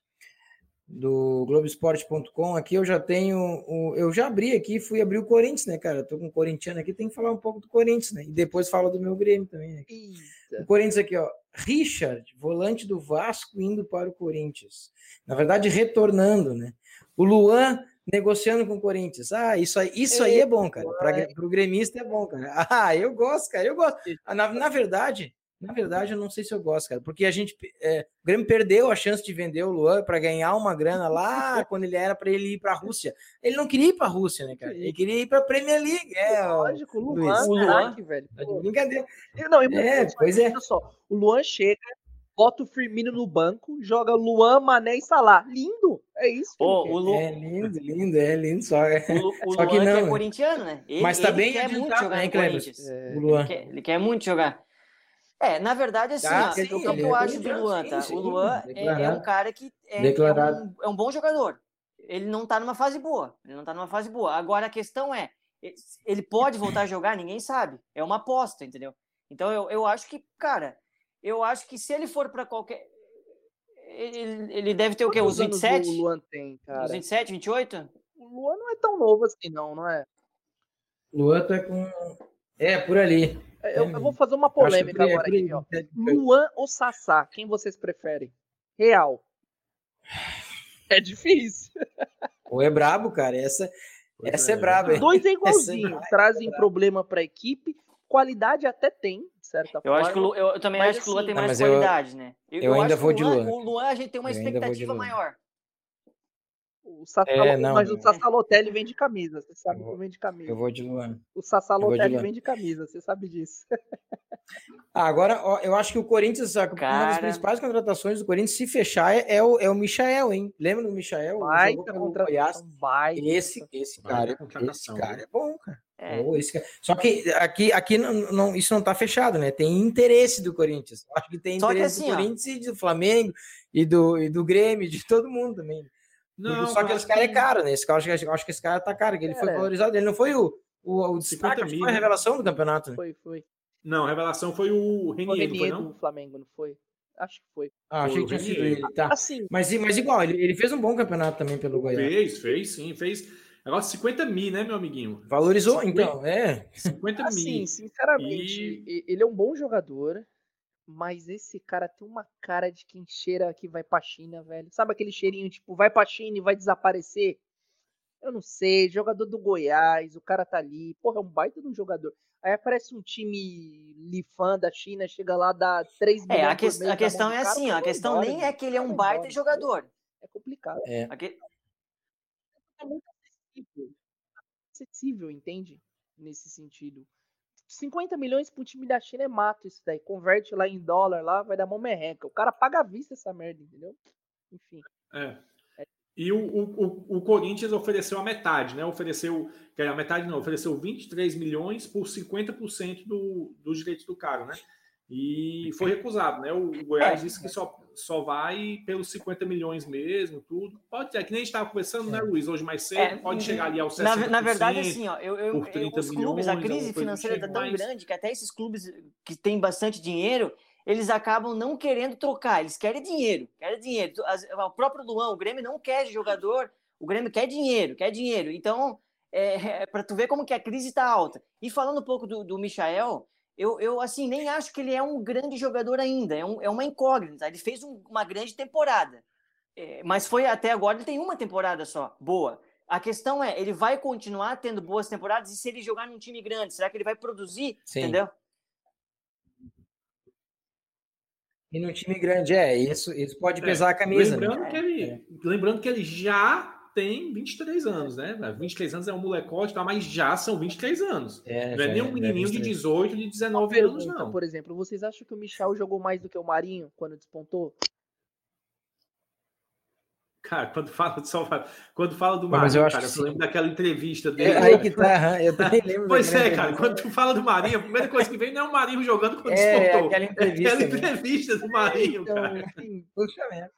do Globoesporte ponto com, aqui eu já tenho... O, eu já abri aqui, fui abrir o Corinthians, né, cara? Eu tô com o corintiano aqui, tem que falar um pouco do Corinthians, né? E depois falo do meu Grêmio também, né? O Corinthians aqui, ó. Richard, volante do Vasco, indo para o Corinthians. Na verdade, retornando, né? O Luan negociando com o Corinthians. Ah, isso aí, isso aí é bom, cara. Para o gremista é bom, cara. Ah, eu gosto, cara. Eu gosto. Na, na verdade, na verdade, eu não sei se eu gosto, cara. Porque a gente. É, o Grêmio perdeu a chance de vender o Luan para ganhar uma grana lá quando ele era para ele ir para a Rússia. Ele não queria ir para a Rússia, né, cara? Ele queria ir para a Premier League. É, lógico, o Luan, Luiz, o Luan, velho. Tá de brincadeira. Não, é, pois é. Só, o Luan chega, bota o Firmino no banco, joga Luan, Mané e Salah. Lindo! É isso que oh, o Lu... É lindo, lindo, é lindo. Só, o, o só Luan que não, que é né? corintiano, né? Ele, Mas tá ele bem quer muito jogar né, no Corinthians. É, o Luan. Ele, quer, ele quer muito jogar. É, na verdade, assim, Ah, ó, sim, o que, que eu é acho do Luan, sim, tá? sim, o Luan é, é um cara que é, é, um, é um bom jogador. Ele não tá numa fase boa. Ele não tá numa fase boa. Agora, a questão é, ele pode voltar a jogar? Ninguém sabe. É uma aposta, entendeu? Então, eu, eu acho que, cara, eu acho que se ele for para qualquer... Ele, ele deve ter o quê? Os vinte e sete? O Luan tem, cara. Os vinte e sete, vinte e oito? O Luan não é tão novo assim, não, não é? O Luan tá com... É, por ali. Eu, é, eu vou fazer uma polêmica agora é aqui, ó. Luan ou Sassá? Quem vocês preferem? Real. É difícil. Ou é brabo, cara. Essa, essa é, é braba. Os dois é igualzinho. É trazem é problema pra equipe. Qualidade até tem, de certa eu forma. Acho que o, eu, eu também acho assim, que o Luan tem mais qualidade, eu, né? Eu, eu ainda vou de Luan. O Luan a gente tem uma eu expectativa maior. O Sassalo... é, não, mas o Sassalotelli vem de camisa, você sabe que vem de camisa. Eu vou de Luan. O Sassalotelli vem de camisa, você sabe disso. Ah, agora, ó, eu acho que o Corinthians, Cara... uma das principais contratações do Corinthians, se fechar, é, é, o, é o Michael, hein? Lembra do Michael? Vai, contratação, vai. Esse, esse, cara, esse cara é bom, cara. É. Oh, esse cara. Só que aqui, aqui não, não, isso não tá fechado, né? Tem interesse do Corinthians. Eu acho que tem Só interesse que assim, do Corinthians ó... e do Flamengo, e do, e do Grêmio, de todo mundo também. Não, só que esse cara que... é caro, né? Esse cara, acho, que, acho que esse cara tá caro, que ele é. foi valorizado. Ele não foi o, o, o destaque, mil, foi a revelação né? do campeonato. Né? Foi, foi. Não, a revelação foi o Renier, foi Renier não foi, do Flamengo, não foi? Acho que foi. Ah, achei que tinha sido ele, tá. Assim, mas, mas igual, ele, ele fez um bom campeonato também pelo Goiás. Fez, fez, sim, fez. Agora cinquenta mil, né, meu amiguinho? Valorizou, cinquenta, então, é. cinquenta mil. Assim, sinceramente, e... ele é um bom jogador, mas esse cara tem uma cara de quem cheira que vai pra China, velho. Sabe aquele cheirinho, tipo, vai pra China e vai desaparecer? Eu não sei, jogador do Goiás, o cara tá ali, porra, é um baita de um jogador. Aí aparece um time Lifan da China, chega lá, dá três milhões É, a, que, a questão é cara, assim, ó, a questão embora, nem é que ele é um baita embora, jogador. É complicado. É. Aqui... é muito acessível. acessível, entende? Nesse sentido. cinquenta milhões pro time da China é mato isso daí. Converte lá em dólar, lá vai dar mó merreca. O cara paga à vista essa merda, entendeu? Enfim. É. E o, o, o Corinthians ofereceu a metade, né? Ofereceu, que a metade não, ofereceu vinte e três milhões por cinquenta por cento do, dos direitos do cara, né? E foi recusado, né? O, o Goiás é, disse que só, só vai pelos cinquenta milhões mesmo, tudo. Pode ter, que nem a gente estava conversando, é. né, Luiz, hoje mais cedo, é, pode chegar ali aos sessenta por cento. Na, na verdade, assim, ó, eu, eu, por trinta os milhões, clubes, a crise financeira está tão mais... grande que até esses clubes que têm bastante dinheiro, eles acabam não querendo trocar, eles querem dinheiro, querem dinheiro. O próprio Luan, o Grêmio não quer jogador, o Grêmio quer dinheiro, quer dinheiro. Então, é, é para tu ver como que a crise está alta. E falando um pouco do, do Michael, eu, eu, assim, nem acho que ele é um grande jogador ainda, é, um, é uma incógnita. Ele fez um, uma grande temporada, é, mas foi até agora, ele tem uma temporada só, boa. A questão é, ele vai continuar tendo boas temporadas e se ele jogar num time grande, será que ele vai produzir? Sim. Entendeu? E no time grande, é, isso, isso pode pesar é, a camisa. Lembrando, né? que ele, é. lembrando que ele já tem vinte e três anos, né? vinte e três anos é um molecote, tá? Mas já são vinte e três anos. É, não é nem um menininho é de dezoito, de dezenove pergunta, anos, não. Por exemplo, vocês acham que o Michel jogou mais do que o Marinho quando despontou? Cara, quando fala, só, quando fala do Marinho, eu cara, eu lembro daquela entrevista dele. É aí que tá, eu também lembro. Pois é, cara, quando tu fala do Marinho, a primeira coisa que vem não é o Marinho jogando quando é, despontou. Aquela entrevista, aquela entrevista né? do Marinho, então, cara. Enfim, puxa merda.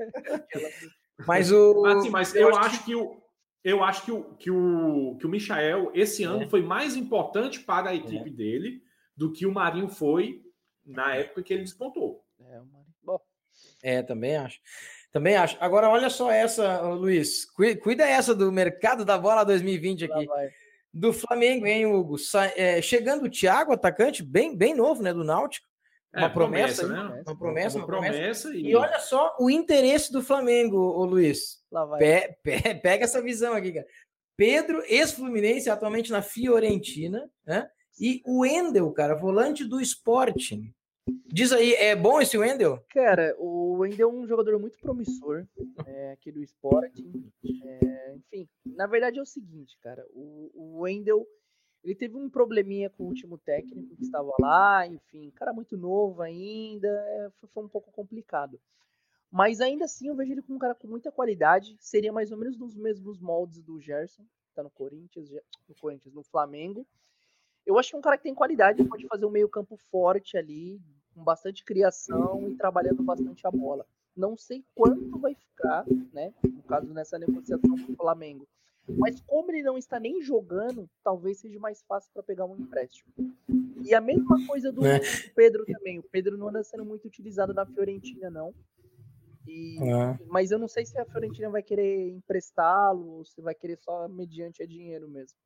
Mas o... Mas, assim, mas eu, eu acho que... que o... Eu acho que o, que o, que o Michael, esse ano, é. foi mais importante para a equipe é. dele do que o Marinho foi na época que ele despontou. É, o Marinho... Bom. É, também acho. Também acho. Agora, olha só essa, Luiz. Cuida essa do mercado da bola dois mil e vinte aqui. Do Flamengo, hein, Hugo? Sa- é, chegando o Thiago, atacante, bem, bem novo, né, do Náutico. Uma é, promessa, promessa né? Uma promessa, uma, uma promessa. promessa e... e olha só o interesse do Flamengo, ô Luiz. Lá vai. Pe- pe- pega essa visão aqui, cara. Pedro, ex-Fluminense, atualmente na Fiorentina, né? E o Wendel, cara, volante do Sporting. Diz aí, é bom esse Wendel? Cara, o Wendel é um jogador muito promissor, é, aqui do Sporting. É, enfim, na verdade é o seguinte, cara. O, o Wendel, ele teve um probleminha com o último técnico que estava lá, enfim, cara muito novo ainda, é, foi, foi um pouco complicado. Mas ainda assim eu vejo ele como um cara com muita qualidade, seria mais ou menos nos mesmos moldes do Gerson, que tá no Corinthians, no Corinthians, no Flamengo. Eu acho que é um cara que tem qualidade, pode fazer um meio campo forte ali, com bastante criação e trabalhando bastante a bola. Não sei quanto vai ficar, né, no caso nessa negociação com o Flamengo. Mas como ele não está nem jogando, talvez seja mais fácil para pegar um empréstimo. E a mesma coisa do é. Pedro também. O Pedro não anda sendo muito utilizado na Fiorentina, não. E, é. Mas eu não sei se a Fiorentina vai querer emprestá-lo ou se vai querer só mediante a dinheiro mesmo.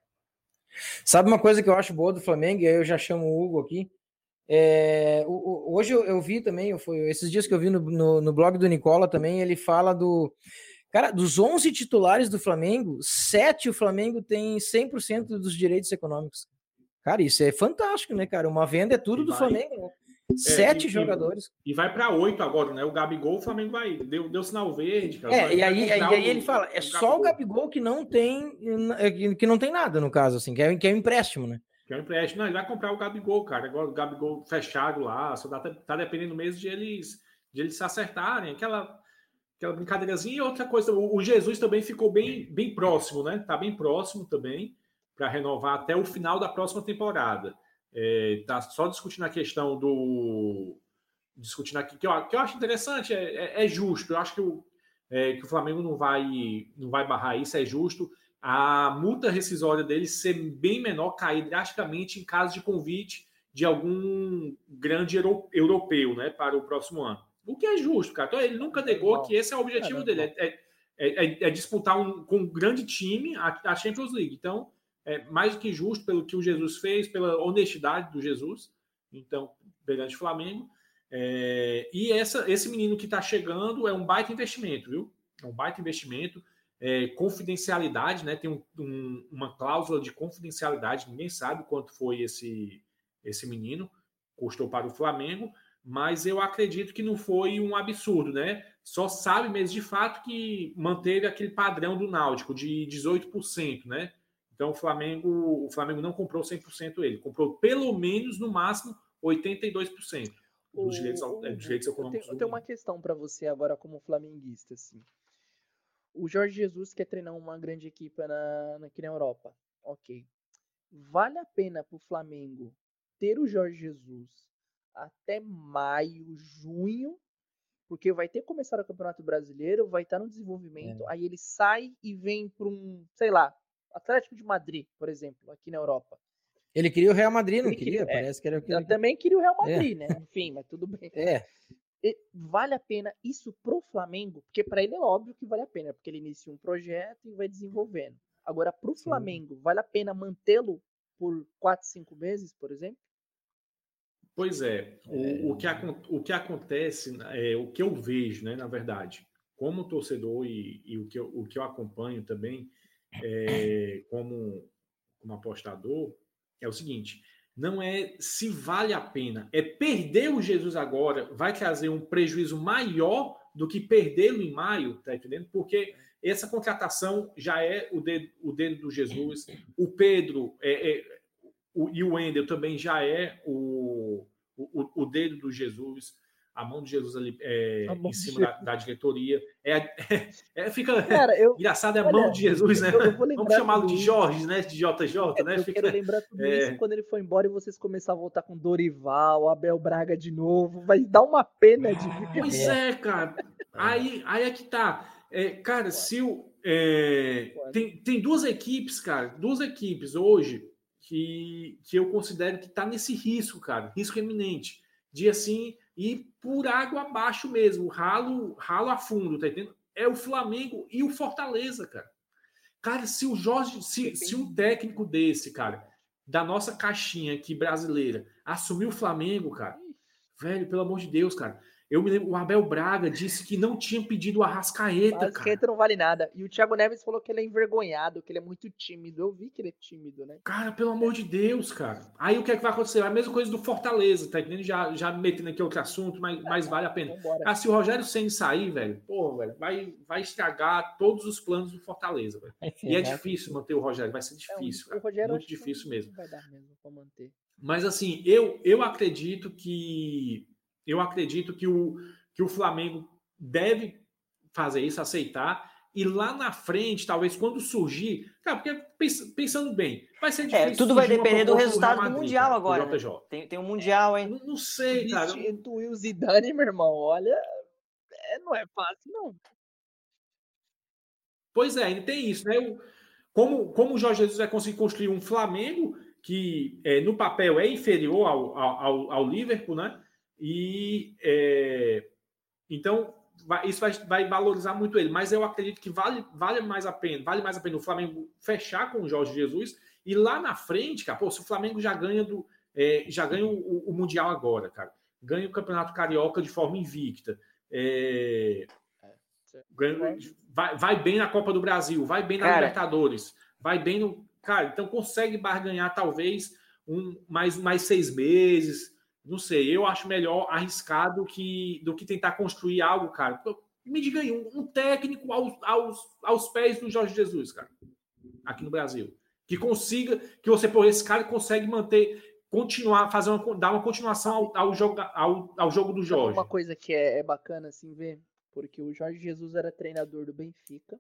Sabe uma coisa que eu acho boa do Flamengo, e aí eu já chamo o Hugo aqui, é, o, o, hoje eu, eu vi também, eu fui, esses dias que eu vi no, no, no blog do Nicola também, ele fala do, cara, dos onze titulares do Flamengo, sete o Flamengo tem cem por cento dos direitos econômicos. Cara, isso é fantástico, né, cara? Uma venda é tudo do Flamengo, né? É, Sete e, jogadores. E vai para oito agora, né? O Gabigol, o Flamengo vai. Deu, deu sinal verde, cara. É, e aí, aí, aí ele fala: é só Gabigol. O Gabigol que não tem que não tem nada, no caso, assim, que é, que é um empréstimo, né? Que é um empréstimo. Não, ele vai comprar o Gabigol, cara. Agora o Gabigol fechado lá, só dá, tá dependendo mesmo de eles, de eles se acertarem. Aquela, aquela brincadeirazinha. E outra coisa, o, o Jesus também ficou bem, bem próximo, né? Tá bem próximo também, para renovar até o final da próxima temporada. É, tá só discutindo a questão do discutindo aqui que eu, que eu acho interessante, é, é, é justo. Eu acho que o, é, que o Flamengo não vai não vai barrar isso, é justo. A multa rescisória dele ser bem menor, cair drasticamente em caso de convite de algum grande euro, europeu, né, para o próximo ano. O que é justo, cara. Então, ele nunca negou que esse é o objetivo dele, é, é, é, é disputar um, com um grande time a, a Champions League. Então, é mais do que justo pelo que o Jesus fez, pela honestidade do Jesus, então, perante o Flamengo. É, e essa, esse menino que está chegando é um baita investimento, viu? É um baita investimento. É, confidencialidade, né? Tem um, um, uma cláusula de confidencialidade, ninguém sabe quanto foi esse, esse menino, custou para o Flamengo, mas eu acredito que não foi um absurdo, né? Só sabe mesmo de fato que manteve aquele padrão do Náutico de dezoito por cento, né? Então, o Flamengo, o Flamengo não comprou cem por cento ele. Comprou pelo menos, no máximo, oitenta e dois por cento dos direitos, o, dos direitos econômicos. Eu tenho, eu tenho uma questão para você agora como flamenguista. Assim. o Jorge Jesus quer treinar uma grande equipe na, aqui na Europa. Ok. Vale a pena pro Flamengo ter o Jorge Jesus até maio, junho, porque vai ter começado o Campeonato Brasileiro, vai estar no desenvolvimento, é. Aí ele sai e vem para um, sei lá, Atlético de Madrid, por exemplo, aqui na Europa. Ele queria o Real Madrid, não ele queria? queria Parece é, que era o que eu ele... também queria o Real Madrid, é. né? Enfim, mas tudo bem. É. E vale a pena isso pro Flamengo, porque para ele é óbvio que vale a pena, porque ele inicia um projeto e vai desenvolvendo. Agora, pro Sim. Flamengo, vale a pena mantê-lo por quatro, cinco meses, por exemplo? Pois é, o, é. O, que, o que acontece, é, o que eu vejo, né, na verdade, como torcedor e, e o, que eu, o que eu acompanho também é, como, como apostador, é o seguinte, não é se vale a pena, é perder o Jesus agora vai trazer um prejuízo maior do que perdê-lo em maio, tá entendendo? Porque essa contratação já é o dedo, o dedo do Jesus, o Pedro é, é, o, e o Wendel também já é o, o, o dedo do Jesus, a mão de Jesus ali é, em cima da, da diretoria. É, é, é, fica Cara, eu, engraçado, é a olha, mão de Jesus, né? Eu, eu Vamos chamá-lo de Jorge, né? De J J, é, né? Eu fica, quero lembrar tudo é... isso quando ele foi embora e vocês começaram a voltar com Dorival, Abel Braga de novo. Vai dar uma pena de ver. Pois é, cara. Aí, aí é que tá. É, cara, se o. É, tem, tem duas equipes, cara, duas equipes hoje que, que eu considero que tá nesse risco, cara, risco eminente, de assim ir por água abaixo mesmo, ralo, ralo a fundo, tá entendendo? É o Flamengo e o Fortaleza, cara. Cara, se o Jorge, se, se um técnico desse, cara, da nossa caixinha aqui brasileira, assumir o Flamengo, cara, velho, pelo amor de Deus, cara. Eu me lembro, o Abel Braga disse que não tinha pedido o Arrascaeta, cara. Arrascaeta não vale nada. E o Thiago Neves falou que ele é envergonhado, que ele é muito tímido. Eu vi que ele é tímido, né? Cara, pelo amor de Deus, cara. Aí o que é que vai acontecer? A mesma coisa do Fortaleza, tá entendendo? Já, já me metendo aqui outro assunto, mas, mas vale a pena. Ah, se o Rogério Ceni sair, velho, pô, velho, vai, vai estragar todos os planos do Fortaleza, velho. É, e é difícil manter o Rogério, vai ser difícil, é, o Rogério muito difícil mesmo. Vai dar mesmo pra manter. Mas assim, eu, eu acredito que eu acredito que o, que o Flamengo deve fazer isso, aceitar, e lá na frente, talvez quando surgir, cara, porque pensando bem, vai ser difícil. É, tudo vai depender do resultado do, Madrid, do Mundial cara, agora. Né? Tem, tem um Mundial, hein? Não, não sei, cara. Substituir o Zidane, meu irmão, olha, é, não é fácil, não. Pois é, ainda tem isso, né? O, como, como o Jorge Jesus vai conseguir construir um Flamengo que é, no papel é inferior ao, ao, ao Liverpool, né? E é, então vai, isso vai, vai valorizar muito ele, mas eu acredito que vale, vale mais a pena, vale mais a pena o Flamengo fechar com o Jorge Jesus e lá na frente, cara, pô, se o Flamengo já ganha do é, já ganha o, o Mundial agora, cara, ganha o Campeonato Carioca de forma invicta, é, ganha, vai, vai bem na Copa do Brasil, vai bem na cara, Libertadores, vai bem no cara, então consegue barganhar talvez um mais mais seis meses. Não sei, eu acho melhor arriscar do que, do que tentar construir algo, cara. Me diga aí, um, um técnico aos, aos, aos pés do Jorge Jesus, cara, aqui no Brasil. Que consiga, que você, por esse cara consegue manter, continuar, fazer uma, dar uma continuação ao, ao, jogo, ao, ao jogo do Jorge. Uma coisa que é, é bacana, assim, ver, porque o Jorge Jesus era treinador do Benfica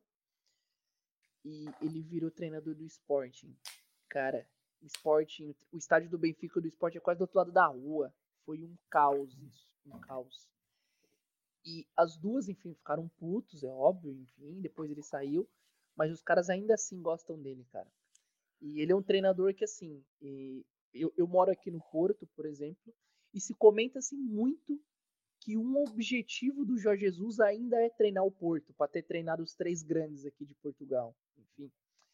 e ele virou treinador do Sporting. Cara, Sporting, o estádio do Benfica e do Sporting é quase do outro lado da rua. Foi um caos isso, um caos. E as duas, enfim, ficaram putos, é óbvio, enfim, depois ele saiu, mas os caras ainda assim gostam dele, cara. E ele é um treinador que, assim, eu, eu moro aqui no Porto, por exemplo, e se comenta-se muito que um objetivo do Jorge Jesus ainda é treinar o Porto, para ter treinado os três grandes aqui de Portugal, enfim.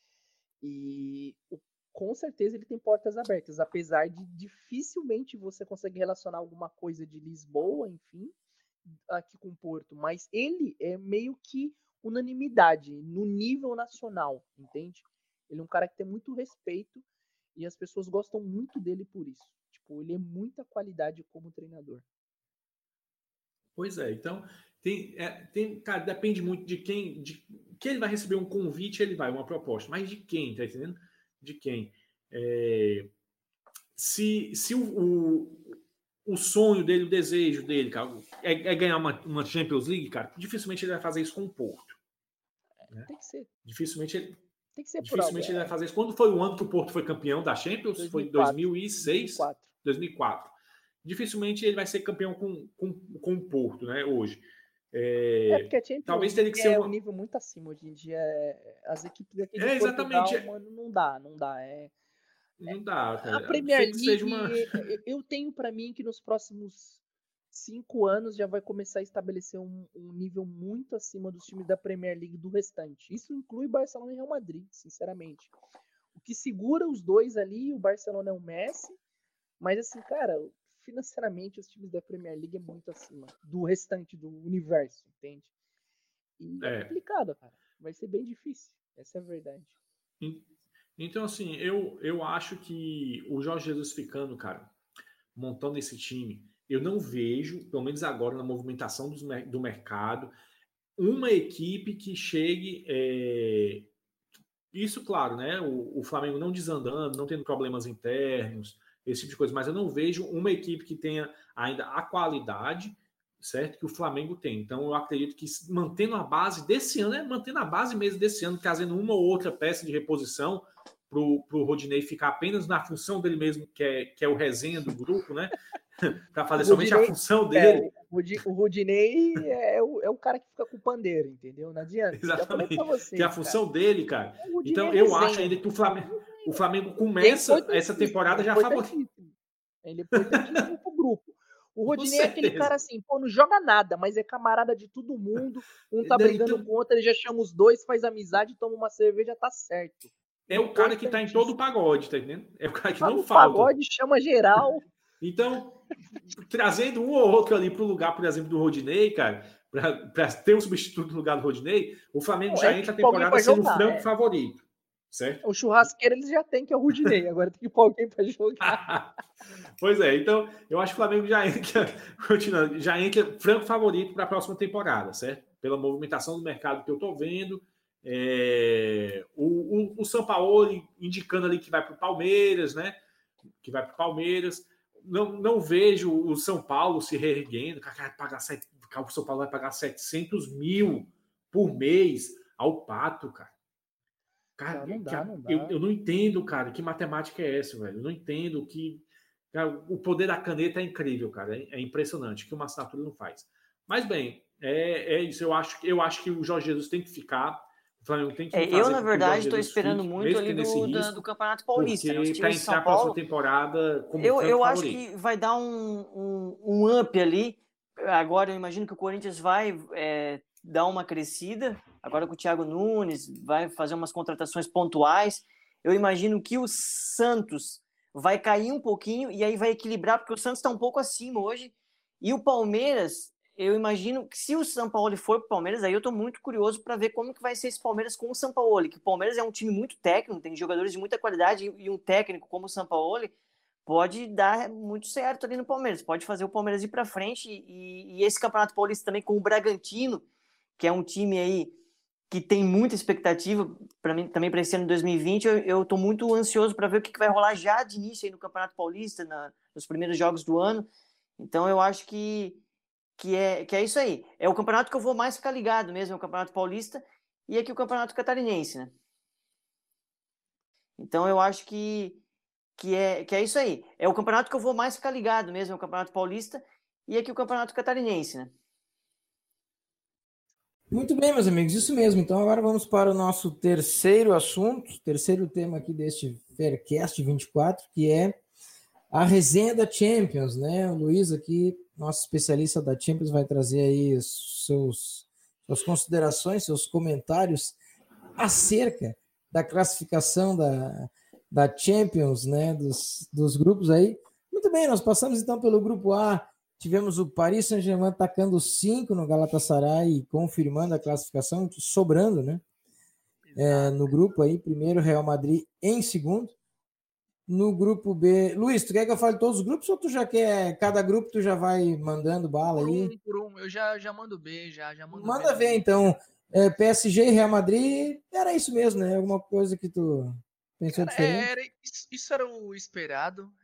E o com certeza ele tem portas abertas, apesar de dificilmente você conseguir relacionar alguma coisa de Lisboa, enfim, aqui com Porto, mas ele é meio que unanimidade no nível nacional, entende? Ele é um cara que tem muito respeito e as pessoas gostam muito dele por isso. Tipo, ele é muita qualidade como treinador. Pois é, então tem, é, tem cara, depende muito de quem, de que ele vai receber um convite, ele vai, uma proposta, mas de quem, tá entendendo? De quem? É, se se o, o, o sonho dele, o desejo dele, cara, é, é ganhar uma, uma Champions League, cara, dificilmente ele vai fazer isso com o Porto. Né? Tem que ser. Dificilmente ele, tem que ser dificilmente prova, ele é. vai fazer isso. Quando foi o ano que o Porto foi campeão da Champions? dois mil e quatro, foi dois mil e seis? dois mil e quatro. Dificilmente ele vai ser campeão com, com, com o Porto, né, hoje. É, é porque a Champions talvez teria que é ser uma... um nível muito acima hoje em dia. É, as equipes aqui de é, Portugal, exatamente. mano, não dá, não dá. É, não dá, cara. A Premier League, seja uma... eu tenho para mim que nos próximos cinco anos já vai começar a estabelecer um, um nível muito acima dos times da Premier League do restante. Isso inclui Barcelona e Real Madrid, sinceramente. O que segura os dois ali, o Barcelona é o Messi, mas assim, cara, financeiramente os times da Premier League é muito acima do restante do universo, entende? E é, é complicado, cara. Vai ser bem difícil. Essa é a verdade. Então, assim, eu, eu acho que o Jorge Jesus ficando, cara, montando esse time, eu não vejo, pelo menos agora, na movimentação do, do mercado, uma equipe que chegue... É... Isso, claro, né? O, o Flamengo não desandando, não tendo problemas internos, esse tipo de coisa, mas eu não vejo uma equipe que tenha ainda a qualidade, certo, que o Flamengo tem. Então eu acredito que mantendo a base desse ano, é mantendo a base mesmo desse ano, trazendo uma ou outra peça de reposição para o Rodinei ficar apenas na função dele mesmo, que é, que é o resenha do grupo, né? Para fazer somente Rodinei, a função dele. É, o Rodinei é o, é o cara que fica com o pandeiro, entendeu? Não adianta. Exatamente. Vocês, que é a função cara. dele, cara. Então eu acho ainda que o Flamengo, o Flamengo começa essa temporada já favorito. Ele é importantíssimo pro grupo. O Rodinei é aquele cara assim, pô, não joga nada, mas é camarada de todo mundo. Um tá brigando então, com o outro, ele já chama os dois, faz amizade, toma uma cerveja, tá certo. É o cara que tá em todo o pagode, tá entendendo? É o cara que não o falta. O pagode chama geral. Então, trazendo um ou outro ali pro lugar, por exemplo, do Rodinei, cara, para ter um substituto no lugar do Rodinei, o Flamengo não, já é entra a temporada sendo o franco é. favorito. Certo? O churrasqueiro eles já tem, que é o Rodinei. Agora tem que ir pra alguém para jogar. Pois é, então eu acho que o Flamengo já entra, continuando, já entra franco favorito para a próxima temporada, certo? Pela movimentação do mercado que eu tô vendo. É, o, o, o Sampaoli indicando ali que vai para o Palmeiras, né? Que vai para o Palmeiras. Não, não vejo o São Paulo se reerguendo. Cara, pagar sete, o São Paulo vai pagar setecentos mil por mês ao Pato, cara. Cara, não, não dá, não dá. Eu, eu não entendo, cara, que matemática é essa, velho. Eu não entendo que... Cara, o poder da caneta é incrível, cara. É, é impressionante, que uma assinatura não faz. Mas, bem, é, é isso. Eu acho, eu acho que o Jorge Jesus tem que ficar. O Flamengo tem que é, Eu, na verdade, estou esperando fique, muito ali do, risco, do, do Campeonato Paulista. Porque para entrar a próxima temporada como Eu, eu acho favorito. que vai dar um, um, um up ali. Agora, eu imagino que o Corinthians vai é, dar uma crescida. Agora com o Thiago Nunes, vai fazer umas contratações pontuais. Eu imagino que o Santos vai cair um pouquinho e aí vai equilibrar, porque o Santos está um pouco acima hoje. E o Palmeiras, eu imagino que se o Sampaoli for para o Palmeiras, aí eu estou muito curioso para ver como que vai ser esse Palmeiras com o Sampaoli, que o Palmeiras é um time muito técnico, tem jogadores de muita qualidade e um técnico como o Sampaoli pode dar muito certo ali no Palmeiras, pode fazer o Palmeiras ir para frente e, e esse Campeonato Paulista também com o Bragantino, que é um time aí que tem muita expectativa para mim também para esse ano de dois mil e vinte. Eu estou muito ansioso para ver o que, que vai rolar já de início aí no Campeonato Paulista, na, nos primeiros jogos do ano. Então eu acho que, que, é, que é isso aí. É o campeonato que eu vou mais ficar ligado mesmo, é o Campeonato Paulista e aqui o Campeonato Catarinense, né? Então eu acho que, que, é, que é isso aí. É o campeonato que eu vou mais ficar ligado mesmo, é o Campeonato Paulista e aqui o Campeonato Catarinense, né? Muito bem, meus amigos, isso mesmo. Então agora vamos para o nosso terceiro assunto, terceiro tema aqui deste Faircast vinte e quatro, que é a resenha da Champions, né? O Luiz aqui, nosso especialista da Champions, vai trazer aí seus, suas considerações, seus comentários acerca da classificação da, da Champions, né? Dos, dos grupos aí. Muito bem, nós passamos então pelo grupo A. Tivemos o Paris Saint-Germain atacando cinco no Galatasaray e confirmando a classificação, sobrando, né? É, no grupo aí, primeiro Real Madrid em segundo. No grupo B... Luiz, tu quer que eu fale todos os grupos ou tu já quer... Cada grupo tu já vai mandando bala por aí? Um, por um, eu já, já mando B, já, já mando Manda B, ver, então. É, P S G e Real Madrid, era isso mesmo, né? Alguma coisa que tu pensou Cara, diferente? era, isso, isso era o esperado.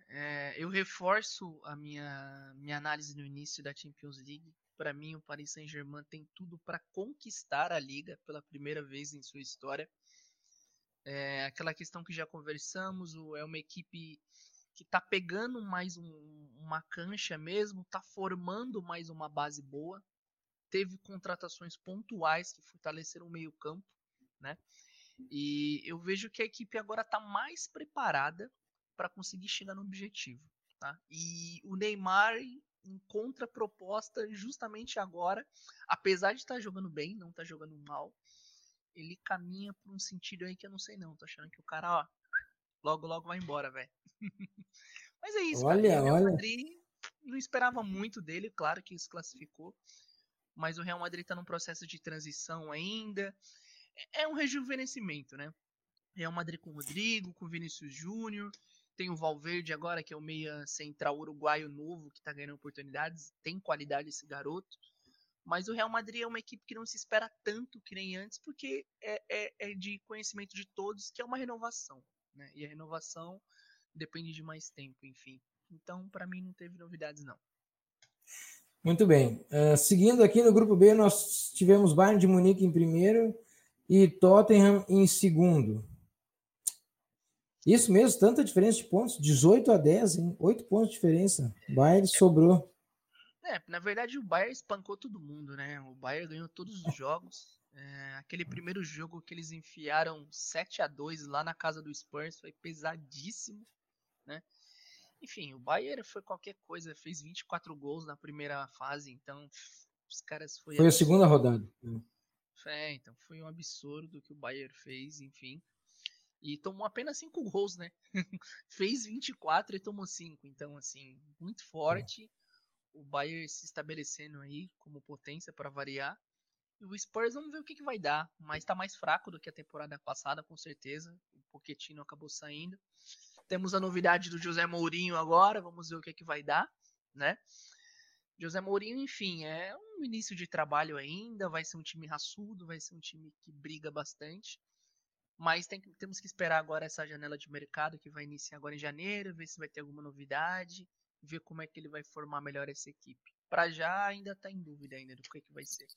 é, eu reforço a minha, minha análise no início da Champions League. Para mim, o Paris Saint-Germain tem tudo para conquistar a Liga pela primeira vez em sua história. É aquela questão que já conversamos, é uma equipe que tá pegando mais um, uma cancha mesmo, tá formando mais uma base boa. Teve contratações pontuais que fortaleceram o meio campo, né? E eu vejo que a equipe agora está mais preparada para conseguir chegar no objetivo, tá? E o Neymar encontra proposta justamente agora, apesar de estar tá jogando bem, não tá jogando mal, ele caminha por um sentido aí que eu não sei não, tô achando que o cara, ó, logo logo vai embora, velho. Mas é isso, olha, cara. O Real olha. Madrid não esperava muito dele, claro que isso classificou, mas o Real Madrid tá num processo de transição ainda. É um rejuvenescimento, né? Real Madrid com o Rodrigo, com o Vinícius Júnior, tem o Valverde agora, que é o meia central uruguaio novo, que tá ganhando oportunidades, tem qualidade esse garoto, mas o Real Madrid é uma equipe que não se espera tanto que nem antes, porque é, é, é de conhecimento de todos que é uma renovação, né? E a renovação depende de mais tempo, enfim. Então, para mim, não teve novidades, não. Muito bem. Uh, seguindo aqui no grupo B, nós tivemos Bayern de Munique em primeiro e Tottenham em segundo. Isso mesmo, tanta diferença de pontos, dezoito a dez, hein? oito pontos de diferença. Bayern sobrou. É, na verdade o Bayern espancou todo mundo, né? O Bayern ganhou todos os jogos. É, aquele primeiro jogo que eles enfiaram sete a dois lá na casa do Spurs foi pesadíssimo, né? Enfim, o Bayern foi qualquer coisa, fez vinte e quatro gols na primeira fase, então os caras foi Foi a absurdo. segunda rodada. É, então foi um absurdo que o Bayern fez, enfim. E tomou apenas cinco gols, né? Fez vinte e quatro e tomou cinco, então assim, muito forte. O Bayern se estabelecendo aí como potência para variar. E o Spurs, vamos ver o que, que vai dar, mas tá mais fraco do que a temporada passada, com certeza. O Pochettino acabou saindo. Temos a novidade do José Mourinho agora, vamos ver o que, que vai dar, né? José Mourinho, enfim, é um início de trabalho ainda, vai ser um time raçudo, vai ser um time que briga bastante, mas tem, temos que esperar agora essa janela de mercado que vai iniciar agora em janeiro, ver se vai ter alguma novidade, ver como é que ele vai formar melhor essa equipe. Para já ainda tá em dúvida ainda do que, que vai ser.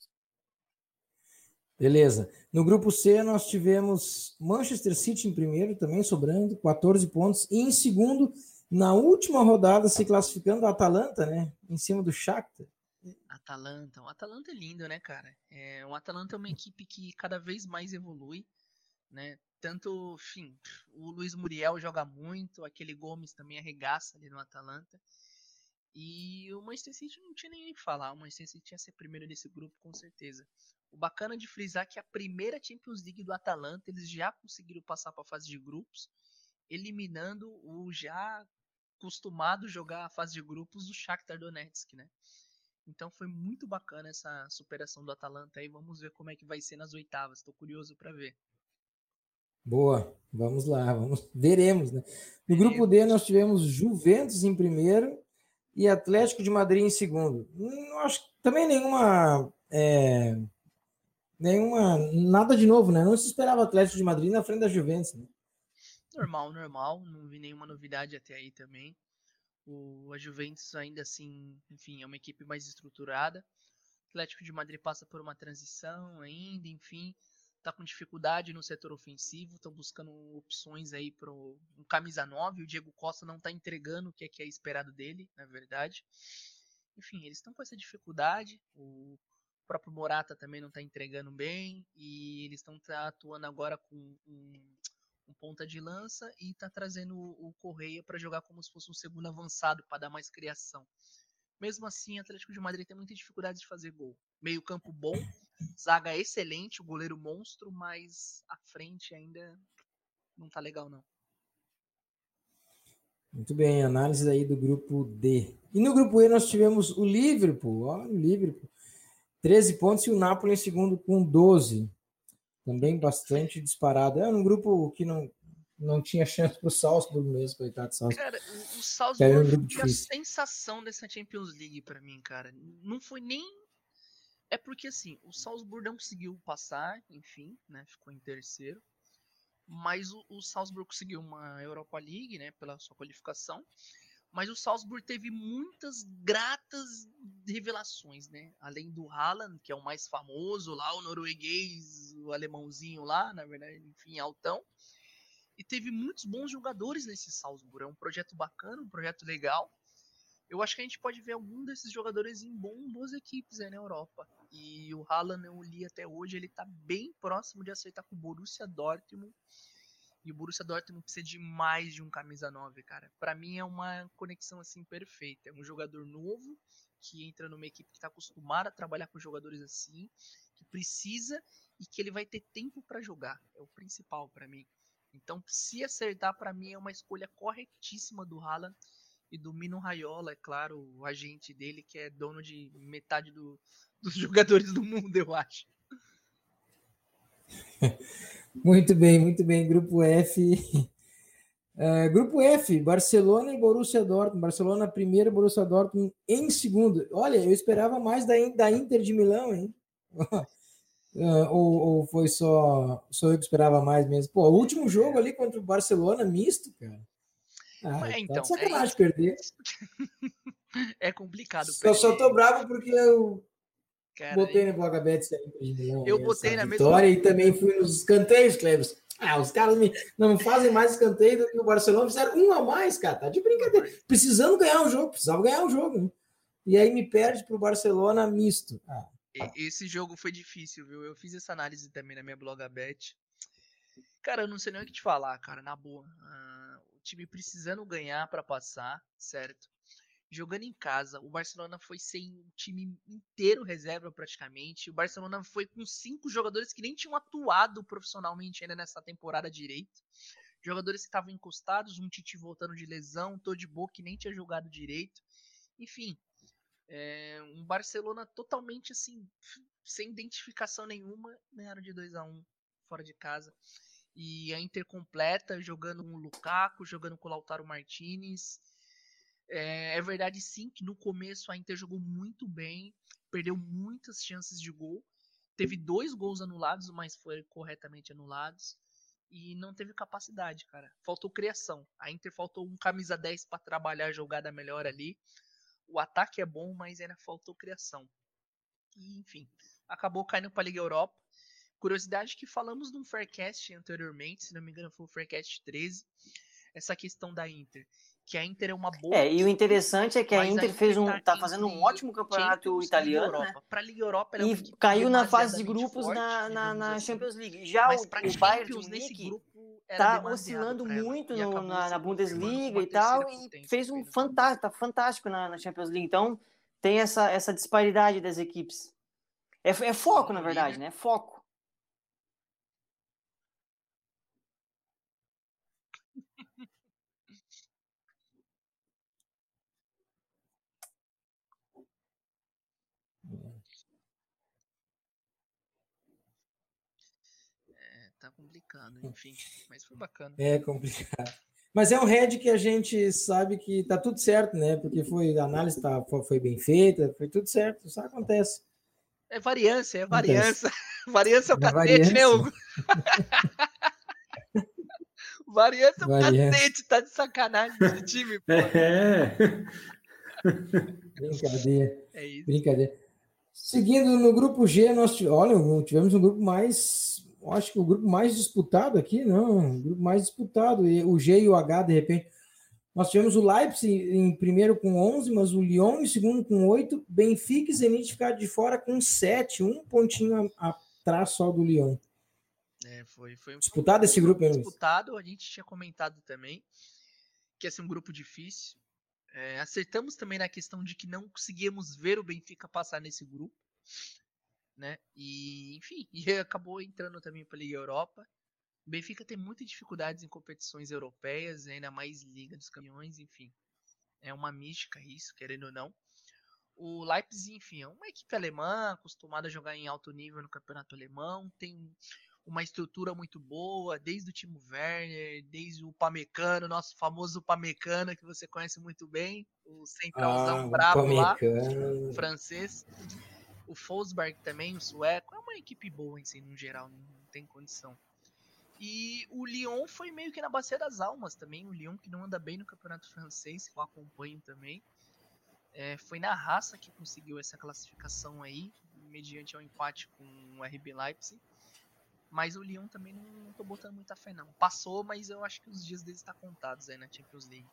Beleza. No grupo C nós tivemos Manchester City em primeiro, também sobrando, quatorze pontos. E em segundo, na última rodada, se classificando a Atalanta, né? Em cima do Shakhtar. Atalanta. O Atalanta é lindo, né, cara? É, o Atalanta é uma equipe que cada vez mais evolui, né? Tanto, enfim, o Luiz Muriel joga muito, aquele Gomes também arregaça ali no Atalanta. E o Manchester City não tinha nem o que falar, o Manchester City ia ser primeiro desse grupo com certeza. O bacana de frisar que a primeira Champions League do Atalanta, eles já conseguiram passar para a fase de grupos, eliminando o já acostumado jogar a fase de grupos do Shakhtar Donetsk, né? Então foi muito bacana essa superação do Atalanta aí, vamos ver como é que vai ser nas oitavas, estou curioso para ver. Boa, vamos lá, vamos, veremos, né? No grupo D nós tivemos Juventus em primeiro e Atlético de Madrid em segundo. Não acho também nenhuma é, nenhuma nada de novo, né? Não se esperava Atlético de Madrid na frente da Juventus, né? Normal, normal, não vi nenhuma novidade até aí também. O, a Juventus ainda assim, enfim, é uma equipe mais estruturada. O Atlético de Madrid passa por uma transição ainda, enfim, tá com dificuldade no setor ofensivo, estão buscando opções aí para um camisa nove, o Diego Costa não tá entregando o que é, que é esperado dele, na verdade. Enfim, eles estão com essa dificuldade, o próprio Morata também não tá entregando bem, e eles estão atuando agora com um, um ponta de lança e tá trazendo o, o Correia para jogar como se fosse um segundo avançado para dar mais criação. Mesmo assim, o Atlético de Madrid tem muita dificuldade de fazer gol. Meio campo bom, zaga excelente, o goleiro monstro, mas a frente ainda não tá legal não. Muito bem, análise aí do grupo D. E no grupo E nós tivemos o Liverpool, ó, o Liverpool, treze pontos e o Napoli em segundo com doze. Também bastante disparado. É um grupo que não, não tinha chance para o Salzburg mesmo, coitado do Salzburg. Cara, o, o Salzburg um foi difícil. a sensação dessa Champions League para mim, cara. Não foi nem... É porque, assim, o Salzburg não conseguiu passar, enfim, né? Ficou em terceiro. mas o, o Salzburg conseguiu uma Europa League, né, pela sua qualificação. Mas o Salzburg teve muitas gratas revelações, né? Além do Haaland, que é o mais famoso lá, o norueguês, o alemãozinho lá, na verdade, enfim, altão. E teve muitos bons jogadores nesse Salzburg. É um projeto bacana, um projeto legal. Eu acho que a gente pode ver algum desses jogadores em bom, boas equipes aí na Europa. E o Haaland, eu li até hoje, ele tá bem próximo de acertar com o Borussia Dortmund. E o Borussia Dortmund precisa de mais de um camisa nove, cara. Pra mim é uma conexão assim perfeita. É um jogador novo que entra numa equipe que tá acostumada a trabalhar com jogadores assim, que precisa e que ele vai ter tempo pra jogar. É o principal pra mim. Então, se acertar, pra mim é uma escolha corretíssima do Haaland e do Mino Raiola, é claro, o agente dele, que é dono de metade do, dos jogadores do mundo, eu acho. Muito bem, muito bem. Grupo F. Uh, grupo F, Barcelona e Borussia Dortmund. Barcelona primeiro, Borussia Dortmund em segundo. Olha, eu esperava mais da, da Inter de Milão, hein? uh, ou, ou foi só, só eu que esperava mais mesmo? Pô, o último jogo ali contra o Barcelona, misto, cara. Ah, Mas, tá então, de sacanagem é perder. É complicado Só, perder. só tô bravo porque eu Cara, botei e... no Blogabet essa Inter de Milão. Eu aí, botei essa na vitória mesma... e também fui nos escanteios, Cleves. Ah, os caras me, não fazem mais escanteio do que o Barcelona. Fizeram um a mais, cara. Tá de brincadeira. Precisando ganhar um jogo. Precisava ganhar um jogo, né? E aí me perde pro Barcelona misto. Ah. Esse jogo foi difícil, viu? Eu fiz essa análise também na minha Blogabet. Cara, eu não sei nem o que te falar, cara. Na boa. Uh, o time precisando ganhar pra passar, certo? Jogando em casa, o Barcelona foi sem o time inteiro reserva praticamente. O Barcelona foi com cinco jogadores que nem tinham atuado profissionalmente ainda nessa temporada direito. Jogadores que estavam encostados, um Titi voltando de lesão, Todibo que nem tinha jogado direito. Enfim, é um Barcelona totalmente assim, sem identificação nenhuma, ganharam de dois a um fora de casa. E a Inter completa, jogando com o Lukaku, jogando com o Lautaro Martinez. É, é verdade sim que no começo a Inter jogou muito bem, perdeu muitas chances de gol, teve dois gols anulados, mas foram corretamente anulados, e não teve capacidade, cara. Faltou criação. A Inter faltou um camisa dez para trabalhar a jogada melhor ali. O ataque é bom, mas ainda faltou criação. E, enfim, acabou caindo para a Liga Europa. Curiosidade que falamos num Faircast anteriormente, se não me engano foi o Faircast treze, essa questão da Inter. Que a Inter é uma boa. É, e o interessante é que a Inter, a Inter fez um, tá, tá fazendo um ótimo campeonato Champions, italiano, né? Para a Liga Europa, ela é e uma equipe caiu na fase de grupos forte, na, na, na assim. Champions League. Já Mas o, o Bayern de Munique tá oscilando muito no, na, na Bundesliga e tal, e fez um fantástico, tá fantástico na, na Champions League. Então tem essa, essa disparidade das equipes. É, é foco, Sim, na verdade, né? É foco. É, tá complicado, enfim, mas foi bacana. É complicado. Mas é um head que a gente sabe que tá tudo certo, né? Porque foi, a análise tá, foi bem feita, foi tudo certo, isso acontece. É variância, é variância. Variância é o é cacete, variância. né, Hugo? Variância é o Variância. cacete, tá de sacanagem esse time, pô. É. Brincadeira. É isso. Brincadeira. Seguindo no grupo G, nós olha, tivemos um grupo mais, acho que o grupo mais disputado aqui, não, o grupo mais disputado, o G e o H, de repente. Nós tivemos o Leipzig em primeiro com onze, mas o Lyon em segundo com oito, Benfica e Zenit ficaram de fora com sete, um pontinho atrás só do Lyon. É, foi, foi disputado foi um esse grupo, hein, disputado, a gente tinha comentado também que ia ser um grupo difícil. É, acertamos também na questão de que não conseguíamos ver o Benfica passar nesse grupo, né? E enfim, e acabou entrando também para a Liga Europa. O Benfica tem muitas dificuldades em competições europeias, ainda mais Liga dos Campeões, enfim. É uma mística isso, querendo ou não. O Leipzig, enfim, é uma equipe alemã, acostumada a jogar em alto nível no campeonato alemão, tem uma estrutura muito boa, desde o Timo Werner, desde o Pamecano, nosso famoso Pamecano, que você conhece muito bem, o centralzão ah, brabo lá, o francês. O Forsberg também, o sueco, é uma equipe boa, assim, no geral, não tem condição. E o Lyon foi meio que na bacia das almas também. O Lyon que não anda bem no campeonato francês, que eu acompanho também. É, foi na raça que conseguiu essa classificação aí, mediante um empate com o R B Leipzig. Mas o Lyon também não, não tô botando muita fé não. Passou, mas eu acho que os dias deles estão contados aí na Champions League.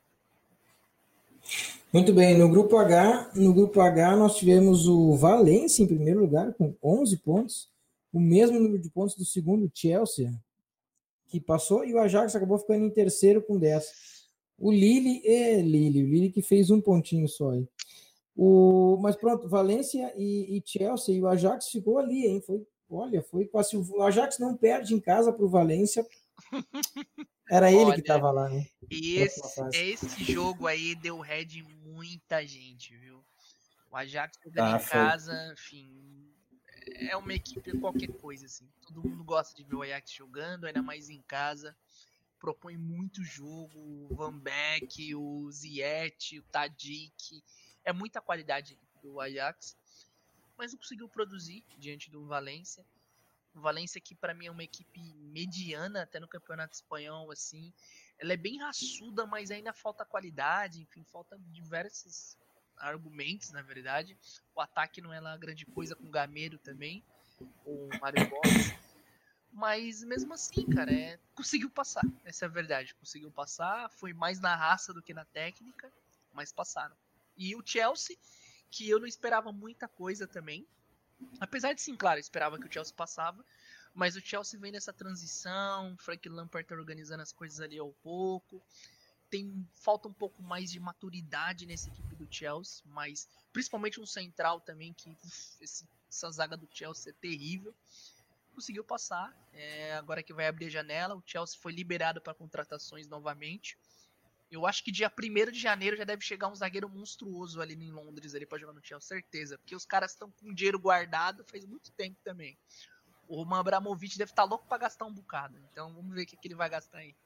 Muito bem, no grupo H, no grupo H nós tivemos o Valência em primeiro lugar com onze pontos, o mesmo número de pontos do segundo Chelsea, que passou, e o Ajax acabou ficando em terceiro com dez. O Lille, é Lille, o Lille que fez um pontinho só aí. O, mas pronto, Valência e, e Chelsea, e o Ajax ficou ali, hein? Foi, olha, foi quase. O Ajax não perde em casa para o Valência. Era ele Olha, que estava lá, né? Esse, esse jogo aí deu head em muita gente, viu? O Ajax jogando ah, em foi. casa, enfim, é uma equipe qualquer coisa, assim. Todo mundo gosta de ver o Ajax jogando, ainda mais em casa. Propõe muito jogo, o Van Beek, o Ziyech, o Tadic. É muita qualidade do Ajax, mas não conseguiu produzir diante do Valência. O Valência que para mim é uma equipe mediana até no Campeonato Espanhol, assim. Ela é bem raçuda, mas ainda falta qualidade, enfim, falta diversos argumentos, na verdade. O ataque não é lá grande coisa com o Gameiro também, ou o Mário Gomes. Mas mesmo assim, cara, é... conseguiu passar, essa é a verdade. Conseguiu passar, foi mais na raça do que na técnica, mas passaram. E o Chelsea, que eu não esperava muita coisa também. Apesar de, sim, claro, eu esperava que o Chelsea passava, mas o Chelsea vem nessa transição, o Frank Lampard tá organizando as coisas ali ao pouco, tem, falta um pouco mais de maturidade nessa equipe do Chelsea, mas principalmente um central também, que uf, esse, essa zaga do Chelsea é terrível. Conseguiu passar, é, agora que vai abrir a janela, o Chelsea foi liberado para contratações novamente. Eu acho que dia primeiro de janeiro já deve chegar um zagueiro monstruoso ali em Londres ali para jogar no Chelsea, certeza. Porque os caras estão com dinheiro guardado faz muito tempo também. O Roman Abramovich deve estar louco para gastar um bocado. Então vamos ver o que, que ele vai gastar aí.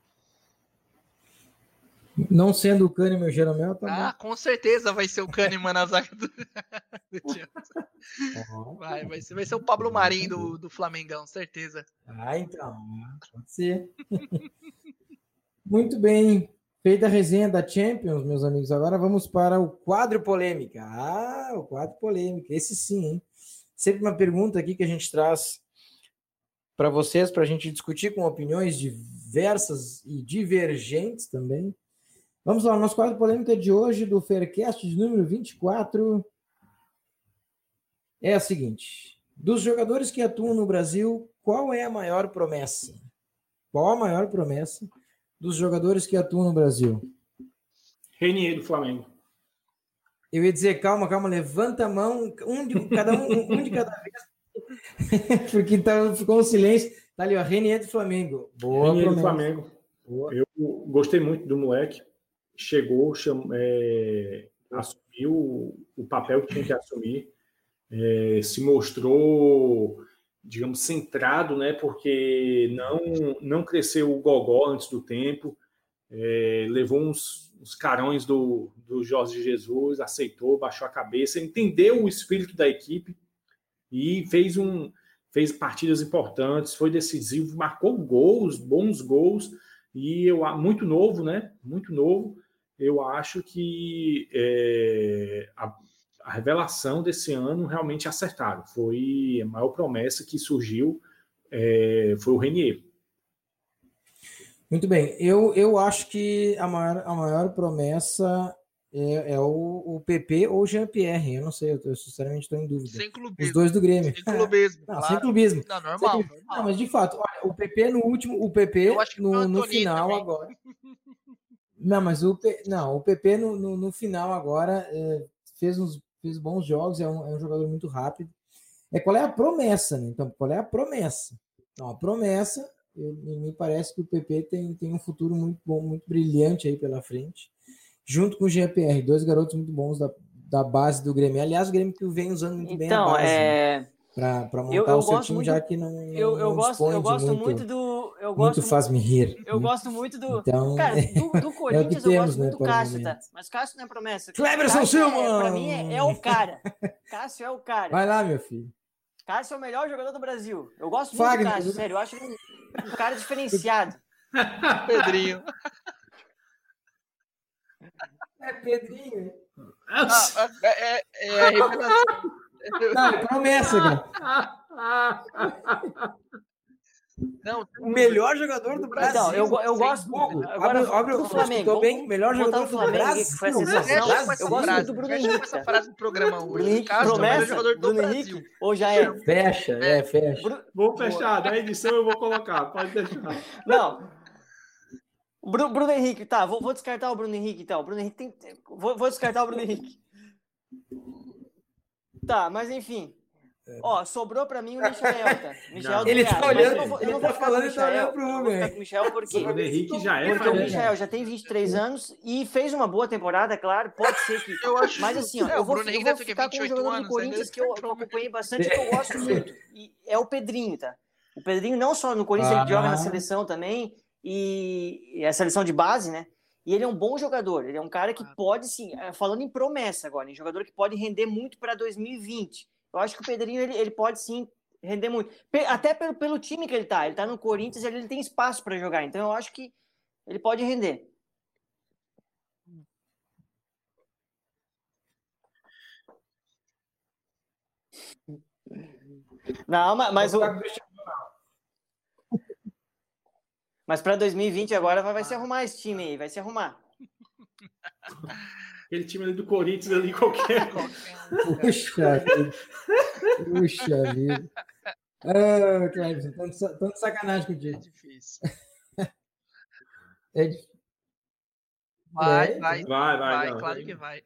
Não sendo o Kahneman e o Jeromel, tá Ah, bom. Com certeza vai ser o Kahneman na zaga do, do Chelsea. Uhum. Vai, vai, ser, vai ser o Pablo Marim do, do Flamengão, certeza. Ah, então. Pode ser. Muito bem. Feita a resenha da Champions, meus amigos, agora vamos para o quadro polêmica. Ah, o quadro polêmica, esse sim, hein? Sempre uma pergunta aqui que a gente traz para vocês, para a gente discutir com opiniões diversas e divergentes também. Vamos lá, nosso quadro polêmica de hoje, do Faircast de número vinte e quatro, é a seguinte: dos jogadores que atuam no Brasil, qual é a maior promessa? Qual a maior promessa dos jogadores que atuam no Brasil? Renier do Flamengo. Eu ia dizer, calma, calma, levanta a mão, um de cada, um, um de cada vez, porque tá, ficou um silêncio. Tá ali, ó, Renier do Flamengo. Boa, Renier do Flamengo. Boa. Eu gostei muito do moleque. Chegou, cham, é, assumiu o, o papel que tinha que assumir, é, se mostrou, digamos, centrado, né, porque não, não cresceu o gogó antes do tempo, é, levou uns, uns carões do, do Jorge Jesus, aceitou, baixou a cabeça, entendeu o espírito da equipe e fez, um, fez partidas importantes, foi decisivo, marcou gols, bons gols, e eu, muito novo, né, muito novo. Eu acho que é, a, a revelação desse ano realmente acertaram. Foi a maior promessa que surgiu, é, foi o Renier. Muito bem. Eu, eu acho que a maior, a maior promessa é, é o, o P P ou o Jean-Pierre. Eu não sei, eu, eu sinceramente estou em dúvida. Sem clubismo. Os dois do Grêmio. Sem clubismo. Não, claro. Sem clubismo. Não, normal, sem clubismo. normal. Não, mas de fato, olha, o P P no último, o P P no, no final também. agora. Não, mas o, P... não, o P P no, no, no final agora é, fez, uns, fez bons jogos, é um, é um jogador muito rápido. É, qual é a promessa, né? Então, qual é a promessa? Então, a promessa, eu, me parece que o P P tem, tem um futuro muito bom, muito brilhante aí pela frente, junto com o G P R, dois garotos muito bons da, da base do Grêmio. Aliás, o Grêmio que vem usando muito então, bem a base. É... Né? Para montar eu, eu o seu time, muito, já que não, não eu, eu não gosto eu gosto muito, muito do eu muito gosto faz-me rir. eu gosto muito do então, cara do, do Corinthians, é eu temos, gosto muito né, do Cássio, tá? Mas Cássio não é promessa. Cleberson Silva, é, para mim é, é o cara. Cássio é o cara. Vai lá, meu filho. Cássio é o melhor jogador do Brasil. Eu gosto muito Fagner, do Cássio, sério. Eu acho ele um cara diferenciado. Pedrinho. É Pedrinho. Ah, é, é, é a revelação. Não, é promessa, cara. Não, O melhor jogador do Brasil. Então, eu, eu gosto. Hugo, Agora, abre, abre, do Flamengo. bem, Vamos melhor voltar jogador do Flamengo do aqui, que foi a Brasil. sensação. Fecha com essa Eu gosto frase, do Bruno fecha Henrique. com essa Tá? frase do programa hoje. Bruno Henrique, Cássio, promessa, o melhor jogador do Bruno Brasil. Henrique, ou já é? Fecha, é, fecha. Bru... Vou fechar, da edição eu vou colocar, pode deixar. Não. O Bruno, Bruno Henrique, tá, vou, vou descartar o Bruno Henrique, então. O Bruno Henrique tem. Vou, vou descartar o Bruno Henrique. Tá, mas enfim. Ó, sobrou pra mim o Michael, tá? Michael Ele tá olhando, eu não vou, eu ele não tá vou ficar falando com o e tá olhando Michael. pro Eu vou Rubem. ficar com o Michael porque... O Henrique já é Porque o farinha. Michael já tem vinte e três anos e fez uma boa temporada, claro, pode ser que... Eu acho, Mas assim, ó, é, eu o vou, Bruno eu Henrique vou deve ter ficar com um vinte e oito jogador do anos, Corinthians ainda que eu, que eu acompanhei bastante e que eu gosto muito. E é o Pedrinho, tá? O Pedrinho não só no Corinthians, Ah. ele joga na seleção também, e, e a seleção de base, né? E ele é um bom jogador, ele é um cara que pode, sim, falando em promessa agora, em jogador que pode render muito para dois mil e vinte. Eu acho que o Pedrinho, ele, ele pode sim render muito. Até pelo, pelo time que ele tá. Ele tá no Corinthians, ele, ele tem espaço para jogar. Então eu acho que ele pode render. Não, mas, mas o Mas para dois mil e vinte agora vai, vai se arrumar esse time aí, vai se arrumar. Aquele time ali do Corinthians ali, qualquer. Puxa vida. Puxa vida. Ah, Cleber, tanto, tanto sacanagem contigo. É difícil. É difícil. Vai, É, vai, Vai, vai, vai, não, claro vai. que vai.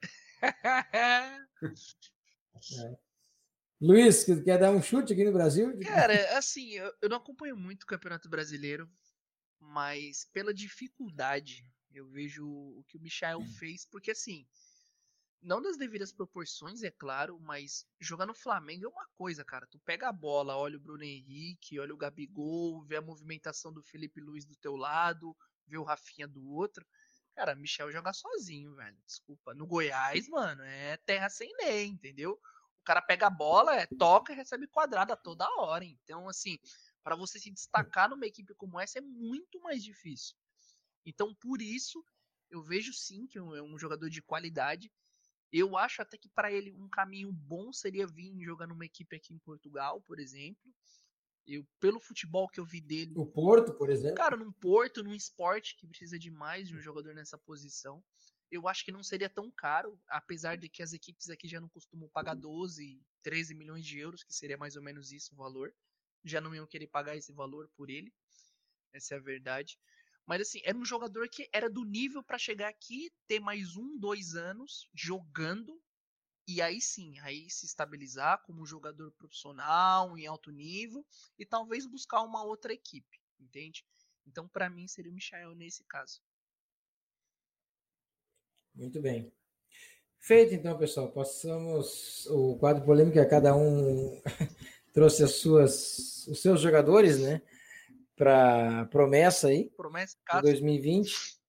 É. Luiz, quer dar um chute aqui no Brasil? Cara, assim, eu, eu não acompanho muito o Campeonato Brasileiro, mas pela dificuldade eu vejo o que o Michael fez, porque assim, não das devidas proporções, é claro, mas jogar no Flamengo é uma coisa, cara. Tu pega a bola, olha o Bruno Henrique, olha o Gabigol, vê a movimentação do Felipe Luiz do teu lado, vê o Rafinha do outro. Cara, Michel joga sozinho, velho. Desculpa. No Goiás, mano, é terra sem lei, entendeu? O cara pega a bola, é, toca e recebe quadrada toda hora. Então, assim, para você se destacar numa equipe como essa é muito mais difícil. Então, por isso, eu vejo sim que é um jogador de qualidade. Eu acho até que para ele um caminho bom seria vir jogar numa equipe aqui em Portugal, por exemplo. Eu, pelo futebol que eu vi dele. O Porto, por exemplo. Cara, num Porto, num esporte que precisa de mais de um jogador nessa posição. Eu acho que não seria tão caro, apesar de que as equipes aqui já não costumam pagar doze, treze milhões de euros, que seria mais ou menos isso o valor. Já não iam querer pagar esse valor por ele. Essa é a verdade. Mas assim, era um jogador que era do nível para chegar aqui, ter mais um, dois anos jogando, e aí sim, aí se estabilizar como jogador profissional, em alto nível, e talvez buscar uma outra equipe, entende? Então, para mim, seria o Michael nesse caso. Muito bem. Feito, então, pessoal. Passamos o quadro polêmico, a cada um trouxe as suas, os seus jogadores, né? Para promessa aí. Promessa, de dois mil e vinte.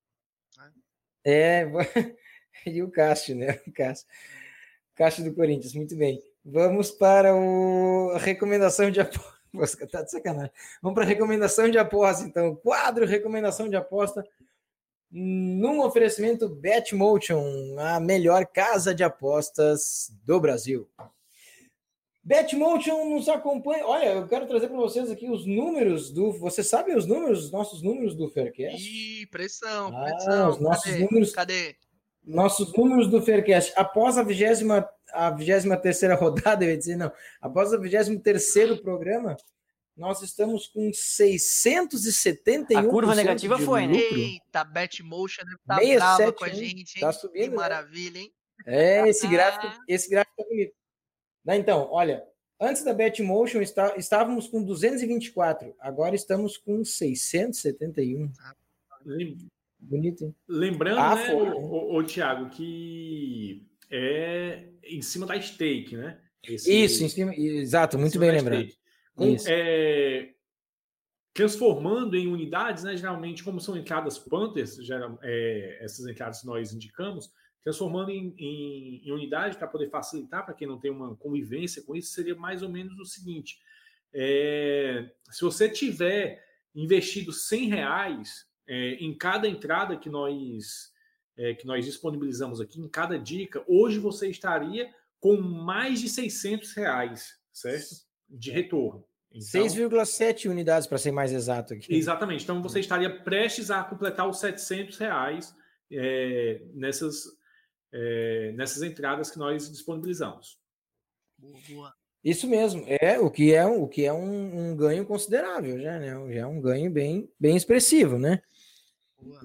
É, e o Cássio, né? O Cássio. Cássio do Corinthians, muito bem. Vamos para o a recomendação de aposta. Tá de sacanagem. Vamos para a recomendação de aposta, então. Quadro recomendação de aposta num oferecimento Betmotion, a melhor casa de apostas do Brasil. Betmotion nos acompanha. Olha, eu quero trazer para vocês aqui os números do. Vocês sabem os números, os nossos números do Faircast? Ih, pressão, ah, pressão. Os nossos Cadê? números. Cadê? Nossos números do Faircast. Após a vigésima, a vigésima terceira rodada, eu ia dizer, não. Após o vigésimo terceiro programa, nós estamos com seiscentos e setenta e um por cento. A curva negativa foi, né? Eita, Betmotion deve estar tá brava com a gente, hein? Tá subindo, que maravilha, hein? É, esse gráfico, esse gráfico tá bonito. Então, olha, antes da Betmotion está, estávamos com duzentos e vinte e quatro, agora estamos com seiscentos e setenta e um. Bonito, hein? Lembrando, ah, né, foi, o, o, o Thiago, que é em cima da stake, né? Esse, Isso, em cima, exato, muito bem lembrado. Com, é, transformando em unidades, né? Geralmente, como são entradas Panthers, geral, é, essas entradas que nós indicamos, transformando em, em, em unidade para poder facilitar para quem não tem uma convivência com isso, seria mais ou menos o seguinte: é, se você tiver investido cem reais é, em cada entrada que nós, é, que nós disponibilizamos aqui, em cada dica, hoje você estaria com mais de seiscentos reais, certo? De retorno. Então, seis vírgula sete unidades, para ser mais exato aqui. Exatamente. Então, você estaria prestes a completar os setecentos reais é, nessas, é, nessas entradas que nós disponibilizamos. Boa, boa. Isso mesmo. É o que é, o que é um, um ganho considerável, já, né? Já é um ganho bem, bem expressivo, né? Boa.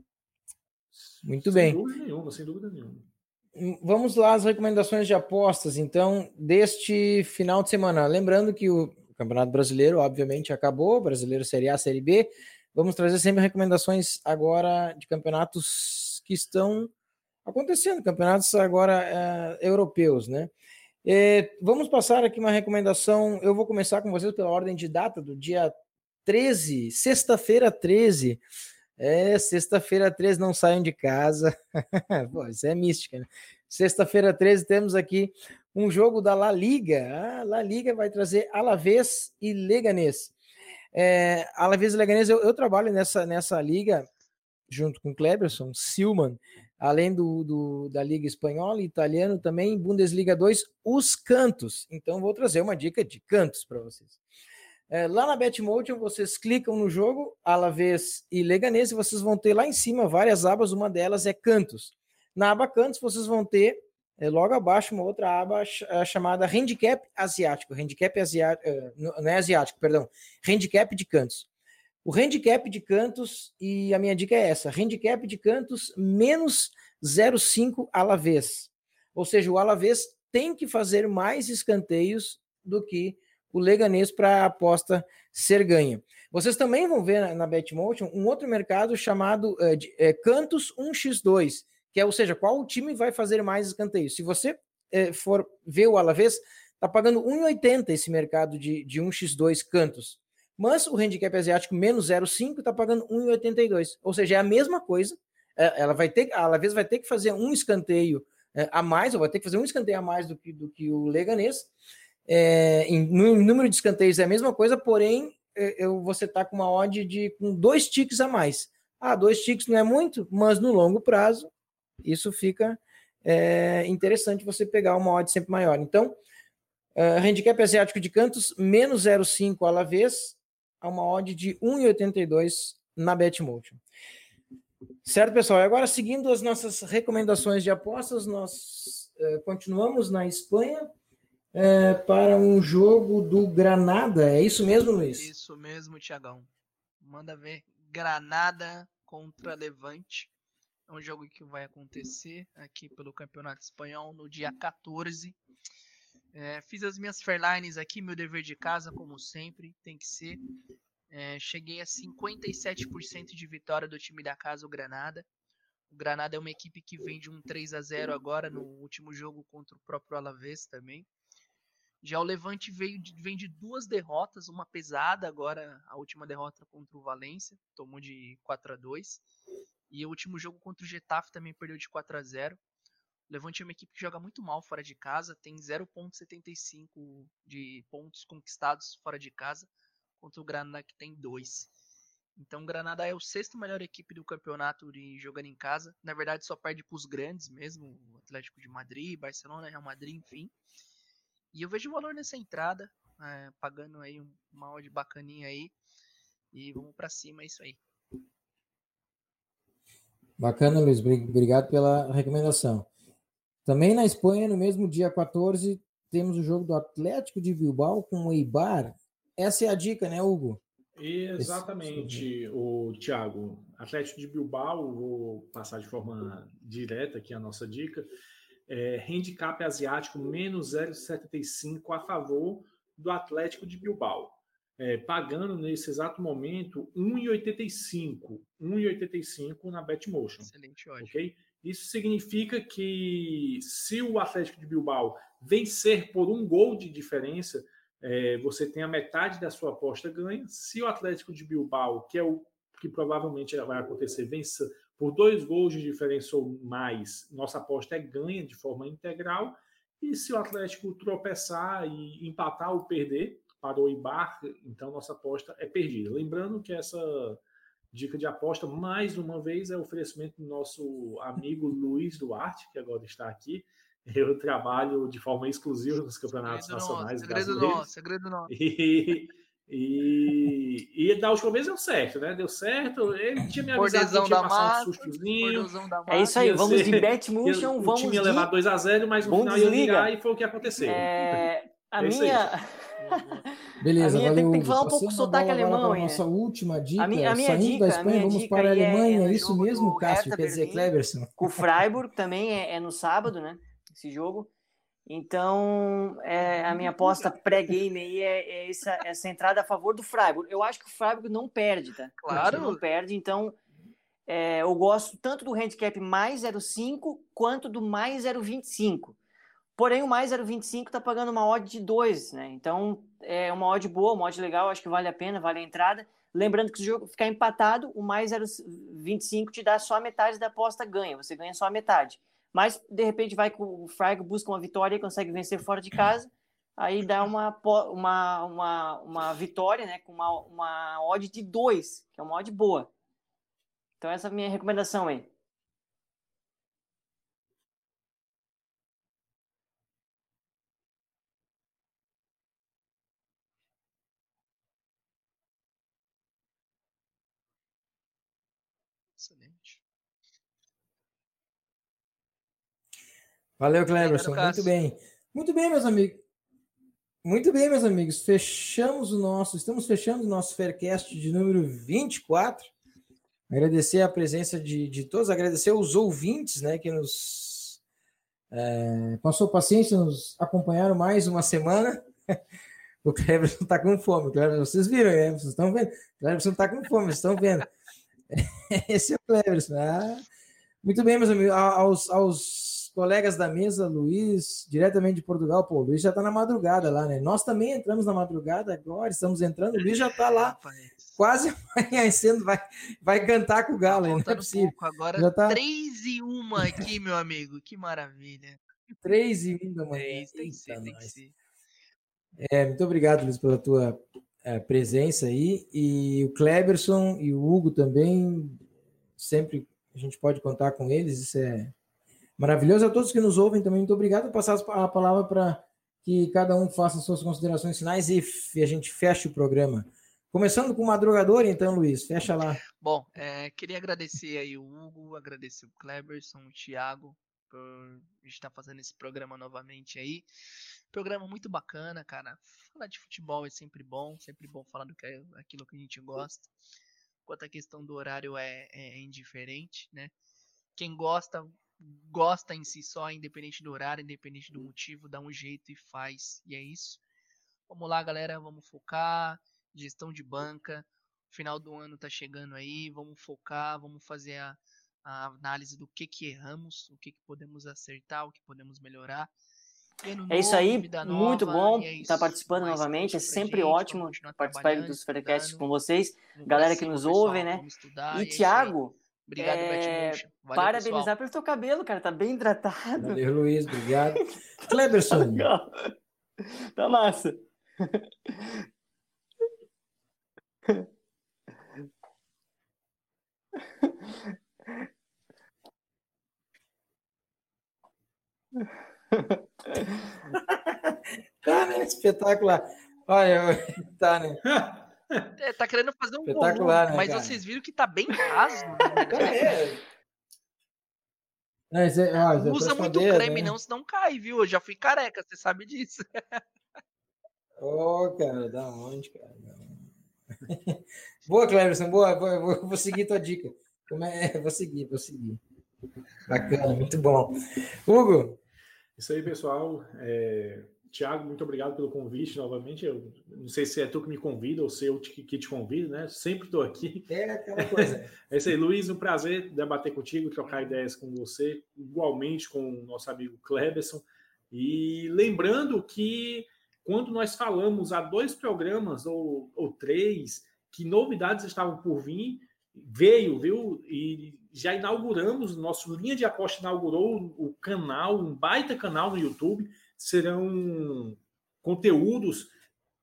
Muito sem bem. Sem dúvida nenhuma, sem dúvida nenhuma. Vamos lá às recomendações de apostas, então, deste final de semana. Lembrando que o Campeonato Brasileiro, obviamente, acabou, Brasileiro Série A, Série B. Vamos trazer sempre recomendações agora de campeonatos que estão acontecendo, campeonatos agora é, europeus, né? É, vamos passar aqui uma recomendação, eu vou começar com vocês pela ordem de data do dia treze, sexta-feira treze. É, sexta-feira treze, não saiam de casa. Pô, isso é mística, né? Sexta-feira treze temos aqui um jogo da La Liga. A La Liga vai trazer Alavés e Leganés. É, Alavés e Leganés, eu, eu trabalho nessa, nessa liga junto com o Kleberson, Silman, além do, do, da Liga Espanhola e Italiano também, Bundesliga dois, os cantos. Então vou trazer uma dica de cantos para vocês. É, lá na Betmotion, vocês clicam no jogo Alavés e Leganés e vocês vão ter lá em cima várias abas, uma delas é cantos. Na aba cantos, vocês vão ter é, logo abaixo uma outra aba é, chamada Handicap Asiático. Handicap Asiático, é, não é asiático, perdão. Handicap de cantos. O handicap de cantos, e a minha dica é essa, handicap de cantos menos zero vírgula cinco Alavés. Ou seja, o Alavés tem que fazer mais escanteios do que o Leganés para a aposta ser ganha. Vocês também vão ver na, na Betmotion um outro mercado chamado é, de, é, Cantos um por dois, que é, ou seja, qual o time vai fazer mais escanteios. Se você é, for ver o Alavés, está pagando um vírgula oitenta esse mercado de, de um por dois Cantos. Mas o handicap asiático menos zero vírgula cinco está pagando um vírgula oitenta e dois. Ou seja, é a mesma coisa. É, ela vai ter, a Alavés vai ter que fazer um escanteio é, a mais, ou vai ter que fazer um escanteio a mais do que, do que o Leganés. É, em, no número de escanteios é a mesma coisa, porém eu, você está com uma odd de com dois ticks a mais. Ah, dois ticks não é muito, mas no longo prazo isso fica é, interessante você pegar uma odd sempre maior. Então, uh, handicap asiático de cantos, menos zero vírgula cinco Alavés, a uma odd de um vírgula oitenta e dois na Betmotion. Certo, pessoal? E agora, seguindo as nossas recomendações de apostas, nós uh, continuamos na Espanha. É, para um jogo do Granada, é isso mesmo, Luiz? Isso mesmo, Tiagão. Manda ver. Granada contra Levante. É um jogo que vai acontecer aqui pelo Campeonato Espanhol no dia quatorze. É, fiz as minhas fairlines aqui, meu dever de casa, como sempre, tem que ser. É, cheguei a cinquenta e sete por cento de vitória do time da casa, o Granada. O Granada é uma equipe que vem de um três a zero agora no último jogo contra o próprio Alavés também. Já o Levante veio de, vem de duas derrotas, uma pesada agora, a última derrota contra o Valência, tomou de quatro a dois. E o último jogo contra o Getafe também perdeu de quatro a zero. O Levante é uma equipe que joga muito mal fora de casa, tem zero vírgula setenta e cinco de pontos conquistados fora de casa, contra o Granada que tem dois. Então o Granada é o sexto melhor equipe do campeonato de jogando em casa. Na verdade só perde para os grandes mesmo, o Atlético de Madrid, Barcelona, Real Madrid, enfim. E eu vejo valor nessa entrada, é, pagando aí um, uma odd bacaninha aí. E vamos para cima, é isso aí. Bacana, Luiz. Obrigado pela recomendação. Também na Espanha, no mesmo dia quatorze, temos o jogo do Atlético de Bilbao com o Eibar. Essa é a dica, né, Hugo? Exatamente, Esse... o Thiago. Atlético de Bilbao, vou passar de forma direta aqui a nossa dica. É, handicap asiático menos zero vírgula setenta e cinco a favor do Atlético de Bilbao, é, pagando nesse exato momento um vírgula oitenta e cinco um vírgula oitenta e cinco na Betmotion. Excelente, ótimo. Okay? Isso significa que se o Atlético de Bilbao vencer por um gol de diferença, é, você tem a metade da sua aposta ganha. Se o Atlético de Bilbao, que é o que provavelmente vai acontecer, vencer por dois gols de diferença ou mais, nossa aposta é ganha de forma integral. E se o Atlético tropeçar e empatar ou perder, para o Eibar, então nossa aposta é perdida. Lembrando que essa dica de aposta, mais uma vez, é oferecimento do nosso amigo Luiz Duarte, que agora está aqui. Eu trabalho de forma exclusiva nos campeonatos Segredo nacionais nosso, segredo brasileiros. nosso, segredo nosso. E, e, e da última vez deu certo, né? Deu certo. Ele tinha me avisado que tinha passado um sustozinho. É isso aí, vamos de Betmotion, vamos de... O time ia levar dois a zero, mas no final ia virar e foi o que aconteceu. É... A é minha... Beleza, a minha valeu, tem, tem que falar um Passando pouco sotaque alemão, para a nossa última dica. A minha, a minha Saindo dica, da Espanha, vamos dica para a Alemanha, é, é isso mesmo, Cássio? Hertha Quer dizer, Berlim, Cleberson? Com o Freiburg também é, é no sábado, né? Esse jogo. Então, é, a minha aposta pré-game aí é, é essa, essa entrada a favor do Freiburg. Eu acho que o Freiburg não perde, tá? Claro. Não perde, então é, eu gosto tanto do handicap mais zero vírgula cinco quanto do mais zero vírgula vinte e cinco. Porém, o mais zero vírgula vinte e cinco tá pagando uma odd de dois, né? Então, é uma odd boa, uma odd legal, acho que vale a pena, vale a entrada. Lembrando que se o jogo ficar empatado, o mais zero vírgula vinte e cinco te dá só a metade da aposta ganha, você ganha só a metade. Mas, de repente, vai com o Freiburg, busca uma vitória e consegue vencer fora de casa, aí dá uma, uma, uma, uma vitória, né, com uma, uma odd de dois, que é uma odd boa. Então, essa é a minha recomendação aí. Excelente. Valeu, Cleberson. Muito bem. Muito bem, meus amigos. Muito bem, meus amigos. Fechamos o nosso, estamos fechando o nosso Faircast de número vinte e quatro. Agradecer a presença de, de todos, agradecer aos ouvintes, né, que nos, é, com a sua paciência, nos acompanharam mais uma semana. O Cleberson está com fome. O Cleberson, vocês viram, né? Vocês estão vendo? O Cleberson está com fome, vocês estão vendo. Esse é o Cleberson. Ah, muito bem, meus amigos. Aos, aos colegas da mesa, Luiz, diretamente de Portugal. Pô, o Luiz já está na madrugada lá, né? Nós também entramos na madrugada agora, estamos entrando. O Luiz já está lá, quase amanhecendo, vai, vai cantar com o Galo. Não é possível. Pouco, agora já tá... três e uma aqui, meu amigo. Que maravilha. três e um da manhã. É isso, tem que ser, tem que ser. É, muito obrigado, Luiz, pela tua é, presença aí. E o Cleberson e o Hugo também, sempre a gente pode contar com eles, isso é maravilhoso. A todos que nos ouvem também, muito obrigado. Vou passar a palavra para que cada um faça suas considerações finais e a gente feche o programa. Começando com o madrugador, então, Luiz, fecha lá. Bom, é, queria agradecer aí o Hugo, agradecer o Cleberson, o Thiago, por a gente estar fazendo esse programa novamente aí. Programa muito bacana, cara. Falar de futebol é sempre bom, sempre bom falar do que é aquilo que a gente gosta. Quanto à questão do horário é, é indiferente, né? Quem gosta, gosta em si só, independente do horário, independente do motivo, dá um jeito e faz. E é isso. Vamos lá, galera, vamos focar. Gestão de banca. Final do ano tá chegando aí. Vamos focar, vamos fazer a, a análise do que que erramos, o que que podemos acertar, o que podemos melhorar. É isso aí, muito bom estar participando novamente, é sempre ótimo participar dos Faircasts com vocês, galera que nos ouve, né? E Thiago, obrigado, é... parabenizar pelo teu cabelo, cara, tá bem hidratado. Valeu, Luiz, obrigado. Cleberson. Tá massa. Tá, né? Espetacular. Olha, tá, né? É, tá querendo fazer um espetacular, volume, né, mas cara? vocês viram que tá bem raso. Né? É. Não, é, ó, não usa muito esconder, creme, né? não, senão cai, viu? Eu já fui careca, você sabe disso. Ô, oh, cara, dá onde, cara? Boa, Cleberson, boa, boa, vou, vou seguir tua dica. Como é? Vou seguir, vou seguir. Bacana, muito bom. Hugo? Isso aí, pessoal. É... Thiago, muito obrigado pelo convite novamente. Eu não sei se é tu que me convida ou se eu te, que te convido, né? Sempre estou aqui. É aquela coisa. É isso aí, Luiz, um prazer debater contigo, trocar ideias com você, igualmente com o nosso amigo Cleberson. E lembrando que quando nós falamos há dois programas ou, ou três que novidades estavam por vir, veio, viu? E já inauguramos, nosso Linha de Aposta inaugurou o canal, um baita canal no YouTube. Serão conteúdos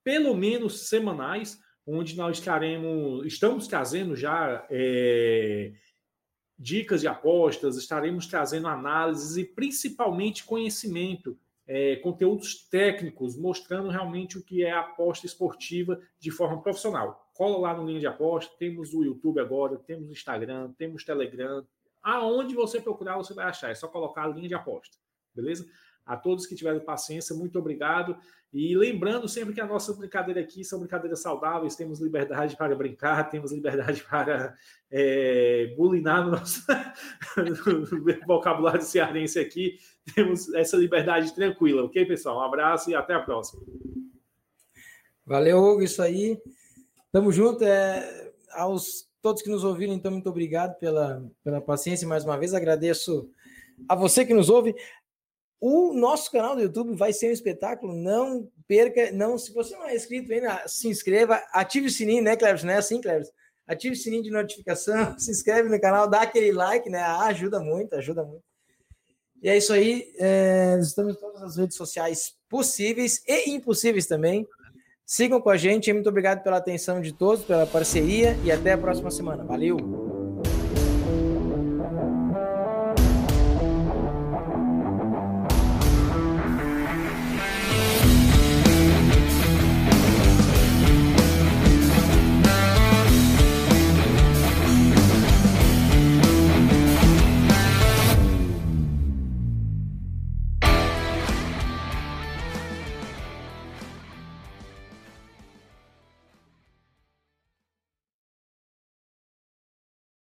pelo menos semanais, onde nós estaremos, estamos trazendo já é, dicas de apostas, estaremos trazendo análises e principalmente conhecimento, é, conteúdos técnicos, mostrando realmente o que é a aposta esportiva de forma profissional. Cola lá no Linha de Aposta, temos o YouTube agora, temos o Instagram, temos o Telegram. Aonde você procurar, você vai achar. É só colocar a Linha de Aposta, beleza? A todos que tiveram paciência, muito obrigado. E lembrando sempre que a nossa brincadeira aqui são brincadeiras saudáveis, temos liberdade para brincar, temos liberdade para é, bulinar no nosso vocabulário cearense aqui, temos essa liberdade tranquila, ok, pessoal? Um abraço e até a próxima. Valeu, Hugo, isso aí. Tamo junto. É, aos todos que nos ouviram, então, muito obrigado pela, pela paciência mais uma vez. Agradeço a você que nos ouve. O nosso canal do YouTube vai ser um espetáculo, não perca, não, se você não é inscrito ainda, se inscreva, ative o sininho, né, Cleves? Não é assim, Cleves? Ative o sininho de notificação, se inscreve no canal, dá aquele like, né? Ah, ajuda muito, ajuda muito. E é isso aí, é, estamos em todas as redes sociais possíveis e impossíveis também. Sigam com a gente, muito obrigado pela atenção de todos, pela parceria e até a próxima semana. Valeu!